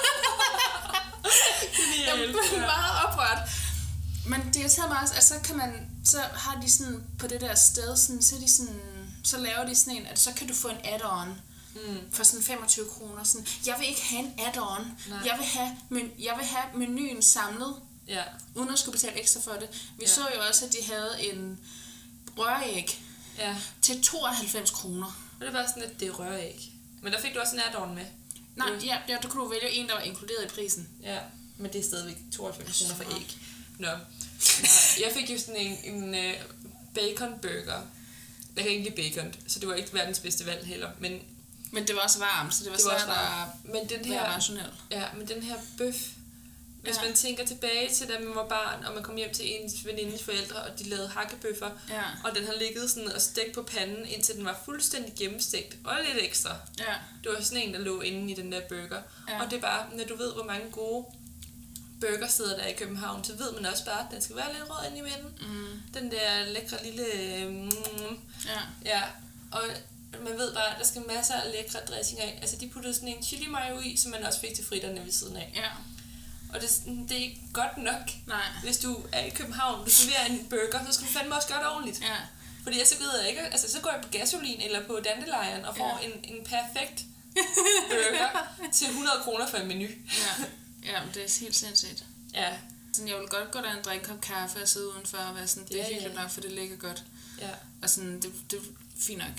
[SPEAKER 1] Jeg er meget oprørt. Men det irriterer mig også, at så kan man, så har de sådan på det der sted, sådan, så, de sådan, så laver de sådan en, at så kan du få en add-on mm. for sådan femogtyve kroner. Sådan, jeg vil ikke have en add-on. Jeg vil have, men, jeg vil have menuen samlet, ja. Uden at skulle betale ekstra for det. Vi ja. Så jo også, at de havde en røræg ja. Til tooghalvfems kroner.
[SPEAKER 2] Og det var sådan, at det er røræg. Men der fik du også en add-on med.
[SPEAKER 1] Nej, mm. ja, der kunne du vælge en, der var inkluderet i prisen.
[SPEAKER 2] Ja, men det er stadigvæk tooghalvfems kroner for æg. Nå. Nej, jeg fik jo sådan en, en uh, bacon burger. Jeg kan ikke lide bacon, så det var ikke verdens bedste valg heller. Men
[SPEAKER 1] Men det var også varmt, så det var,
[SPEAKER 2] det var
[SPEAKER 1] svært at
[SPEAKER 2] men den
[SPEAKER 1] være
[SPEAKER 2] her,
[SPEAKER 1] rationel.
[SPEAKER 2] Ja, men den her bøf, hvis ja. man tænker tilbage til, da man var barn, og man kom hjem til ens venindes forældre, og de lavede hakkebøffer,
[SPEAKER 1] Ja.
[SPEAKER 2] og den har ligget sådan og stegt på panden, indtil den var fuldstændig gennemstegt, og lidt ekstra.
[SPEAKER 1] Ja.
[SPEAKER 2] Det var sådan en, der lå inde i den der burger.
[SPEAKER 1] Ja.
[SPEAKER 2] Og det er bare, når du ved, hvor mange gode burgersteder der er i København, så ved man også bare, at den skal være lidt rød inde i midten.
[SPEAKER 1] Mm.
[SPEAKER 2] Den der lækre lille... Mm,
[SPEAKER 1] Ja.
[SPEAKER 2] ja, og man ved bare, at der skal masser af lækre dressinger i. Altså, de puttede sådan en chili mayo i, som man også fik til fritterne ved siden af.
[SPEAKER 1] Ja.
[SPEAKER 2] Og det, det er ikke godt nok.
[SPEAKER 1] Nej.
[SPEAKER 2] Hvis du er i København, du serverer en burger, så skal du fandme også gøre det ordentligt.
[SPEAKER 1] Ja.
[SPEAKER 2] Fordi så gider jeg ikke, altså så går jeg på gasolin eller på Dandelion og får
[SPEAKER 1] Ja.
[SPEAKER 2] en, en perfekt burger til hundrede kroner for en menu.
[SPEAKER 1] Ja. Ja, men det er helt sindssygt.
[SPEAKER 2] Ja.
[SPEAKER 1] Sådan, jeg vil godt gå der og drikke en kop kaffe og sidde udenfor og være sådan, det er
[SPEAKER 2] Ja,
[SPEAKER 1] hyggeligt
[SPEAKER 2] ja.
[SPEAKER 1] nok, for det ligger godt.
[SPEAKER 2] Ja.
[SPEAKER 1] Og sådan, det, det er fint nok.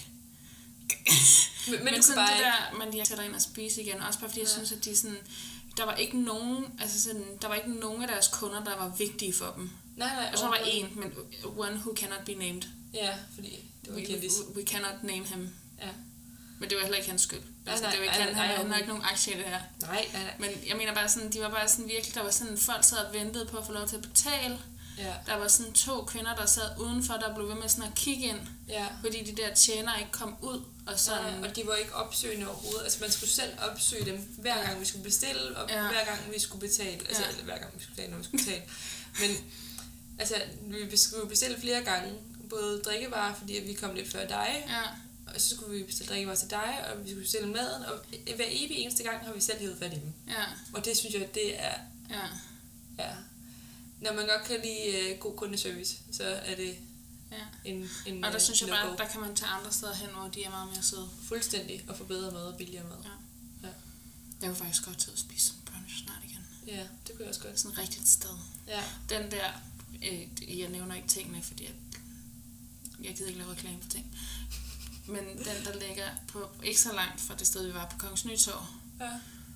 [SPEAKER 2] Men, men,
[SPEAKER 1] Men
[SPEAKER 2] du
[SPEAKER 1] sådan
[SPEAKER 2] bare
[SPEAKER 1] det
[SPEAKER 2] ikke...
[SPEAKER 1] der, man lige sætter ind og spise igen, også bare fordi jeg
[SPEAKER 2] Ja.
[SPEAKER 1] synes, at de sådan, der var ikke nogen, altså sådan, der var ikke nogen af deres kunder, der var vigtige for dem.
[SPEAKER 2] Nej, nej.
[SPEAKER 1] Og så var der en, men one who cannot be named.
[SPEAKER 2] Ja, fordi det var
[SPEAKER 1] We,
[SPEAKER 2] kendis.
[SPEAKER 1] we, we cannot name him.
[SPEAKER 2] Ja.
[SPEAKER 1] Men det var heller ikke hans skyld. Altså,
[SPEAKER 2] nej,
[SPEAKER 1] det var ikke,
[SPEAKER 2] nej,
[SPEAKER 1] han,
[SPEAKER 2] nej,
[SPEAKER 1] han, han
[SPEAKER 2] nej.
[SPEAKER 1] har ikke nogen aktie i det her.
[SPEAKER 2] Nej, nej, nej.
[SPEAKER 1] Men jeg mener bare sådan, de var bare sådan virkelig, der var sådan, folk sad og ventede på at få lov til at betale.
[SPEAKER 2] Ja.
[SPEAKER 1] Der var sådan to kvinder, der sad udenfor, der blev ved med sådan at kigge ind.
[SPEAKER 2] Ja.
[SPEAKER 1] Fordi de der tjenere ikke kom ud. Og sådan,
[SPEAKER 2] Nej, og de var ikke opsøgende overhovedet. Altså man skulle selv opsøge dem, hver gang vi skulle bestille, og
[SPEAKER 1] Ja.
[SPEAKER 2] hver gang vi skulle betale. Altså
[SPEAKER 1] Ja.
[SPEAKER 2] eller hver gang vi skulle betale, når vi skulle betale. Men altså, vi skulle bestille flere gange, både drikkevarer, fordi vi kom lidt før dig,
[SPEAKER 1] ja,
[SPEAKER 2] og så skulle vi bestille drikkevarer til dig, og vi skulle bestille maden, og hver evig eneste gang har vi selv hævet fat i dem.
[SPEAKER 1] ja,
[SPEAKER 2] Og det synes jeg, det er,
[SPEAKER 1] ja,
[SPEAKER 2] ja, når man godt kan lide uh, god kundeservice, så er det
[SPEAKER 1] ja.
[SPEAKER 2] en, en
[SPEAKER 1] Og der synes jeg
[SPEAKER 2] no-go.
[SPEAKER 1] bare, der kan man tage andre steder hen, hvor de er meget mere søde.
[SPEAKER 2] Fuldstændig, og få bedre mad og billigere mad.
[SPEAKER 1] Ja.
[SPEAKER 2] Ja.
[SPEAKER 1] Jeg kunne faktisk godt til at spise brunch snart igen.
[SPEAKER 2] Ja, det kunne jeg også godt.
[SPEAKER 1] Sådan et rigtigt sted.
[SPEAKER 2] Ja.
[SPEAKER 1] Den der, øh, jeg nævner ikke tingene, fordi jeg, jeg gider ikke lave reklame for ting. Men den, der ligger på ikke så langt fra det sted, vi var på Kongens Nytorv,
[SPEAKER 2] Ja.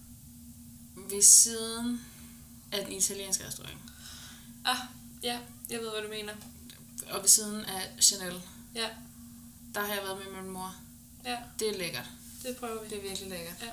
[SPEAKER 1] ved siden af den italienske restaurant,
[SPEAKER 2] Ah, ja, jeg ved, hvad du mener.
[SPEAKER 1] og ved siden af Chanel,
[SPEAKER 2] Ja,
[SPEAKER 1] der har jeg været med min mor.
[SPEAKER 2] ja,
[SPEAKER 1] Det er lækkert.
[SPEAKER 2] det prøver vi.
[SPEAKER 1] Det er virkelig lækkert.
[SPEAKER 2] Ja.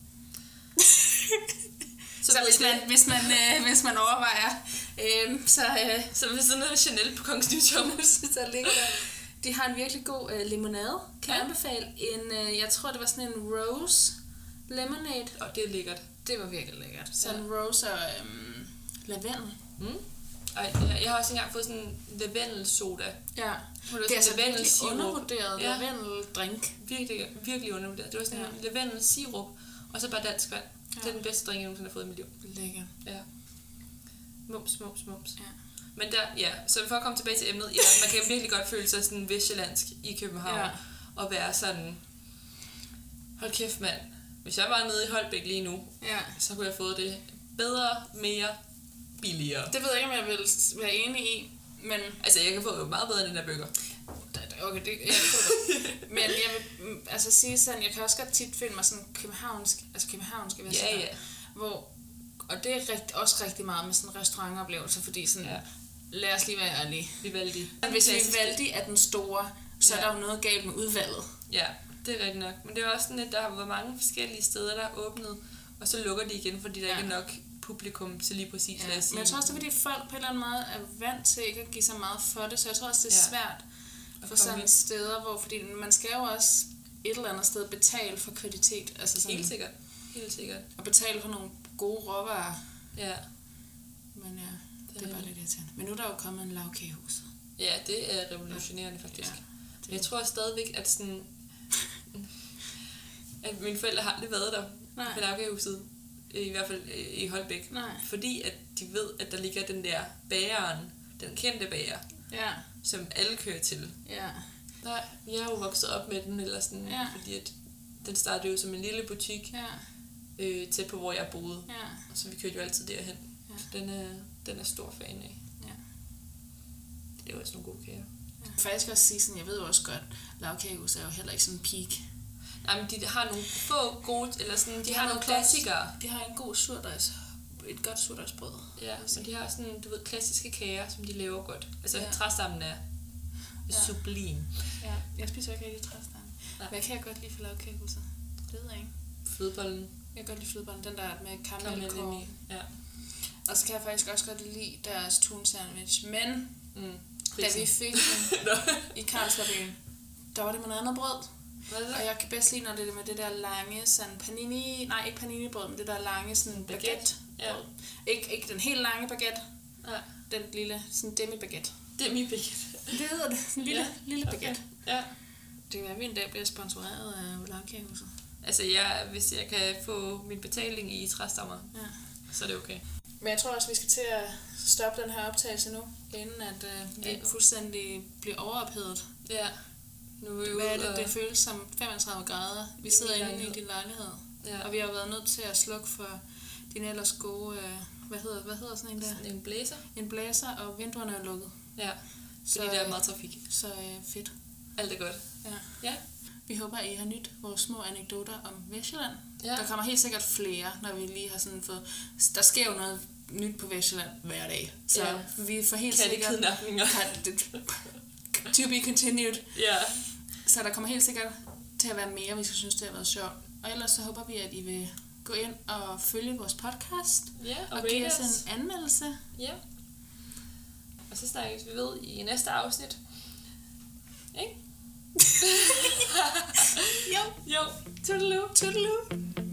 [SPEAKER 1] Så,
[SPEAKER 2] Så,
[SPEAKER 1] så hvis,
[SPEAKER 2] ved I
[SPEAKER 1] man,
[SPEAKER 2] det.
[SPEAKER 1] hvis, man, øh, hvis man overvejer, øh, så, øh,
[SPEAKER 2] Så ved sådan noget Chanel på Kongens Nytorv.
[SPEAKER 1] så ligger der. De har en virkelig god øh, limonade, kan jeg
[SPEAKER 2] Ja.
[SPEAKER 1] anbefale. En, øh, jeg tror, det var sådan en rose lemonade.
[SPEAKER 2] Og det er lækkert.
[SPEAKER 1] Det var virkelig lækkert. Så
[SPEAKER 2] Ja.
[SPEAKER 1] en rose og øhm, lavendel.
[SPEAKER 2] Mm. Ej, jeg, jeg har også engang fået sådan en lavendelsoda.
[SPEAKER 1] Ja,
[SPEAKER 2] Hvor
[SPEAKER 1] det er altså virkelig
[SPEAKER 2] lavendelsirup.
[SPEAKER 1] undervurderet
[SPEAKER 2] Ja.
[SPEAKER 1] lavendeldrink.
[SPEAKER 2] Virkelig, virkelig undervurderet. Det var sådan
[SPEAKER 1] Ja.
[SPEAKER 2] en lavendelsirup, og så bare dansk vand.
[SPEAKER 1] Ja.
[SPEAKER 2] Det er den bedste drink, jeg nogensinde har fået i mit liv.
[SPEAKER 1] Lækkert.
[SPEAKER 2] Ja. Mums, mums, mums.
[SPEAKER 1] Ja.
[SPEAKER 2] Men der, ja, så for at komme tilbage til emnet, ja, man kan virkelig godt føle sig sådan vestjyllandsk i København,
[SPEAKER 1] Ja.
[SPEAKER 2] og være sådan, hold kæft mand, hvis jeg var nede i Holbæk lige nu,
[SPEAKER 1] Ja.
[SPEAKER 2] så kunne jeg få det bedre, mere, billigere.
[SPEAKER 1] Det ved jeg ikke, om jeg vil være enig i, men...
[SPEAKER 2] Altså, jeg kan få meget bedre end den der burger.
[SPEAKER 1] Okay, det, ja, det kunne du godt. Men jeg vil mm, altså sige sådan, jeg kan også godt tit føle mig sådan københavnsk, altså københavnske, vil jeg
[SPEAKER 2] Ja,
[SPEAKER 1] sige,
[SPEAKER 2] ja.
[SPEAKER 1] hvor, og det er rigt, også rigtig meget med sådan restaurantoplevelser, fordi sådan,
[SPEAKER 2] Ja.
[SPEAKER 1] ja. lad os lige være ærlige.
[SPEAKER 2] Vivaldi.
[SPEAKER 1] Hvis Vivaldi er den store, så
[SPEAKER 2] Ja.
[SPEAKER 1] er der jo noget galt med udvalget.
[SPEAKER 2] Ja, det er rigtigt nok. Men det er også sådan, at der har været mange forskellige steder, der er åbnet, og så lukker de igen, fordi der
[SPEAKER 1] Ja.
[SPEAKER 2] ikke er nok publikum til lige præcis,
[SPEAKER 1] Ja.
[SPEAKER 2] lad os sige.
[SPEAKER 1] Men jeg tror også, det er fordi folk på en eller anden måde er vant til ikke at give så meget for det, så jeg tror også, det er
[SPEAKER 2] Ja.
[SPEAKER 1] svært
[SPEAKER 2] At
[SPEAKER 1] for
[SPEAKER 2] komme
[SPEAKER 1] sådan
[SPEAKER 2] ind.
[SPEAKER 1] steder, hvor, fordi man skal jo også et eller andet sted betale for kvalitet, altså sådan,
[SPEAKER 2] Helt sikkert. Helt sikkert.
[SPEAKER 1] og betale for nogle gode råvarer.
[SPEAKER 2] Ja.
[SPEAKER 1] Men ja, det,
[SPEAKER 2] Det
[SPEAKER 1] det
[SPEAKER 2] er
[SPEAKER 1] er bare lidt irriterende. Men nu er der jo kommet en lavkagehus.
[SPEAKER 2] Ja, det er revolutionerende faktisk.
[SPEAKER 1] Ja,
[SPEAKER 2] Men jeg tror stadigvæk, at sådan... at mine forældre har aldrig været der
[SPEAKER 1] Nej.
[SPEAKER 2] på lavkagehuset. I hvert fald øh, i Holbæk.
[SPEAKER 1] Nej.
[SPEAKER 2] Fordi at de ved, at der ligger den der bageren, den kendte bager,
[SPEAKER 1] Ja,
[SPEAKER 2] som alle kører til.
[SPEAKER 1] ja,
[SPEAKER 2] Nej, jeg er jo vokset op med den, eller sådan,
[SPEAKER 1] Ja.
[SPEAKER 2] fordi at den startede jo som en lille butik
[SPEAKER 1] ja,
[SPEAKER 2] øh, tæt på, hvor jeg boede.
[SPEAKER 1] ja,
[SPEAKER 2] Så vi kørte jo altid derhen.
[SPEAKER 1] Ja.
[SPEAKER 2] Den er, den er stor fan af.
[SPEAKER 1] ja.
[SPEAKER 2] Det er jo også nogle gode kager.
[SPEAKER 1] Jeg vil faktisk også sige sådan, jeg ved jo også godt, lavkagehus er jo heller ikke sådan en peak.
[SPEAKER 2] Nej, men de har nogle få gode, eller sådan, de, de har, har nogle
[SPEAKER 1] noget
[SPEAKER 2] klassikere.
[SPEAKER 1] Godt, de har en god surdejs, et godt surdejsbrød.
[SPEAKER 2] Ja, men de har sådan, du ved, klassiske kager, som de laver godt. Altså,
[SPEAKER 1] Ja.
[SPEAKER 2] ja. træstammen er
[SPEAKER 1] Ja.
[SPEAKER 2] sublim.
[SPEAKER 1] Ja, jeg spiser ikke rigtig træstamme.
[SPEAKER 2] Nej.
[SPEAKER 1] Hvad kan jeg godt lide for lavkagehuset? Det ved jeg ikke.
[SPEAKER 2] Flødebollen.
[SPEAKER 1] Jeg kan godt lide flødebollen, den der med
[SPEAKER 2] Karamel
[SPEAKER 1] karamelkål.
[SPEAKER 2] i. Ja.
[SPEAKER 1] Og så kan jeg faktisk også godt lide deres tun sandwich. Men
[SPEAKER 2] Mm.
[SPEAKER 1] da vi fik den i Carlsbergbyen, der var det med noget andet brød.
[SPEAKER 2] Hvad er det?
[SPEAKER 1] Og jeg kan bedst lide, når det er med det der lange sådan panini, nej ikke panini brød, men det der lange sådan
[SPEAKER 2] Baguette.
[SPEAKER 1] baguette brød. Ja. Ikke, ikke den helt lange baguette,
[SPEAKER 2] Ja.
[SPEAKER 1] den lille sådan demi baguette.
[SPEAKER 2] Det er min baguette.
[SPEAKER 1] Det hedder det, en lille,
[SPEAKER 2] Ja,
[SPEAKER 1] lille baguette.
[SPEAKER 2] Okay. Ja.
[SPEAKER 1] Det kan være, at vi en dag bliver sponsoreret af Volagkagehuset.
[SPEAKER 2] Altså, jeg, hvis jeg kan få min betaling i træstammer,
[SPEAKER 1] Ja.
[SPEAKER 2] så er det okay.
[SPEAKER 1] Men jeg tror også, vi skal til at stoppe den her optagelse nu, inden at øh, vi
[SPEAKER 2] Ja.
[SPEAKER 1] fuldstændig bliver overophedet.
[SPEAKER 2] Ja. Nu er vi
[SPEAKER 1] Hvad er
[SPEAKER 2] ude
[SPEAKER 1] det?
[SPEAKER 2] og-
[SPEAKER 1] Det føles som femogtredive grader. Vi
[SPEAKER 2] Inde
[SPEAKER 1] sidder
[SPEAKER 2] i
[SPEAKER 1] inde i
[SPEAKER 2] lejlighed.
[SPEAKER 1] din lejlighed.
[SPEAKER 2] Ja.
[SPEAKER 1] Og vi har været nødt til at slukke for din ellers gode, øh, hvad, hedder, hvad hedder sådan en der?
[SPEAKER 2] Sådan en blæser.
[SPEAKER 1] En blæser, og vinduerne er lukket.
[SPEAKER 2] Ja.
[SPEAKER 1] Så,
[SPEAKER 2] Fordi der er
[SPEAKER 1] øh,
[SPEAKER 2] meget trafik.
[SPEAKER 1] Så øh, fedt.
[SPEAKER 2] Alt er godt.
[SPEAKER 1] Ja.
[SPEAKER 2] Ja.
[SPEAKER 1] Vi håber, at I har nyt vores små anekdoter om Vestjylland.
[SPEAKER 2] Ja.
[SPEAKER 1] Der kommer helt sikkert flere, når vi lige har sådan fået... Der sker jo noget nyt på Vestjylland hver dag. Så
[SPEAKER 2] Ja.
[SPEAKER 1] vi får helt sikkert...
[SPEAKER 2] Kattekidnapninger.
[SPEAKER 1] To be continued.
[SPEAKER 2] Ja.
[SPEAKER 1] Så der kommer helt sikkert til at være mere, hvis I synes, det har været sjovt. Og ellers så håber vi, at I vil gå ind og følge vores podcast.
[SPEAKER 2] Ja,
[SPEAKER 1] Og,
[SPEAKER 2] og,
[SPEAKER 1] og give
[SPEAKER 2] rate
[SPEAKER 1] os
[SPEAKER 2] os.
[SPEAKER 1] en anmeldelse.
[SPEAKER 2] Ja. Og så snakkes vi ved i næste afsnit. Ikke?
[SPEAKER 1] Jo,
[SPEAKER 2] Jo. Toodaloo.
[SPEAKER 1] toodaloo.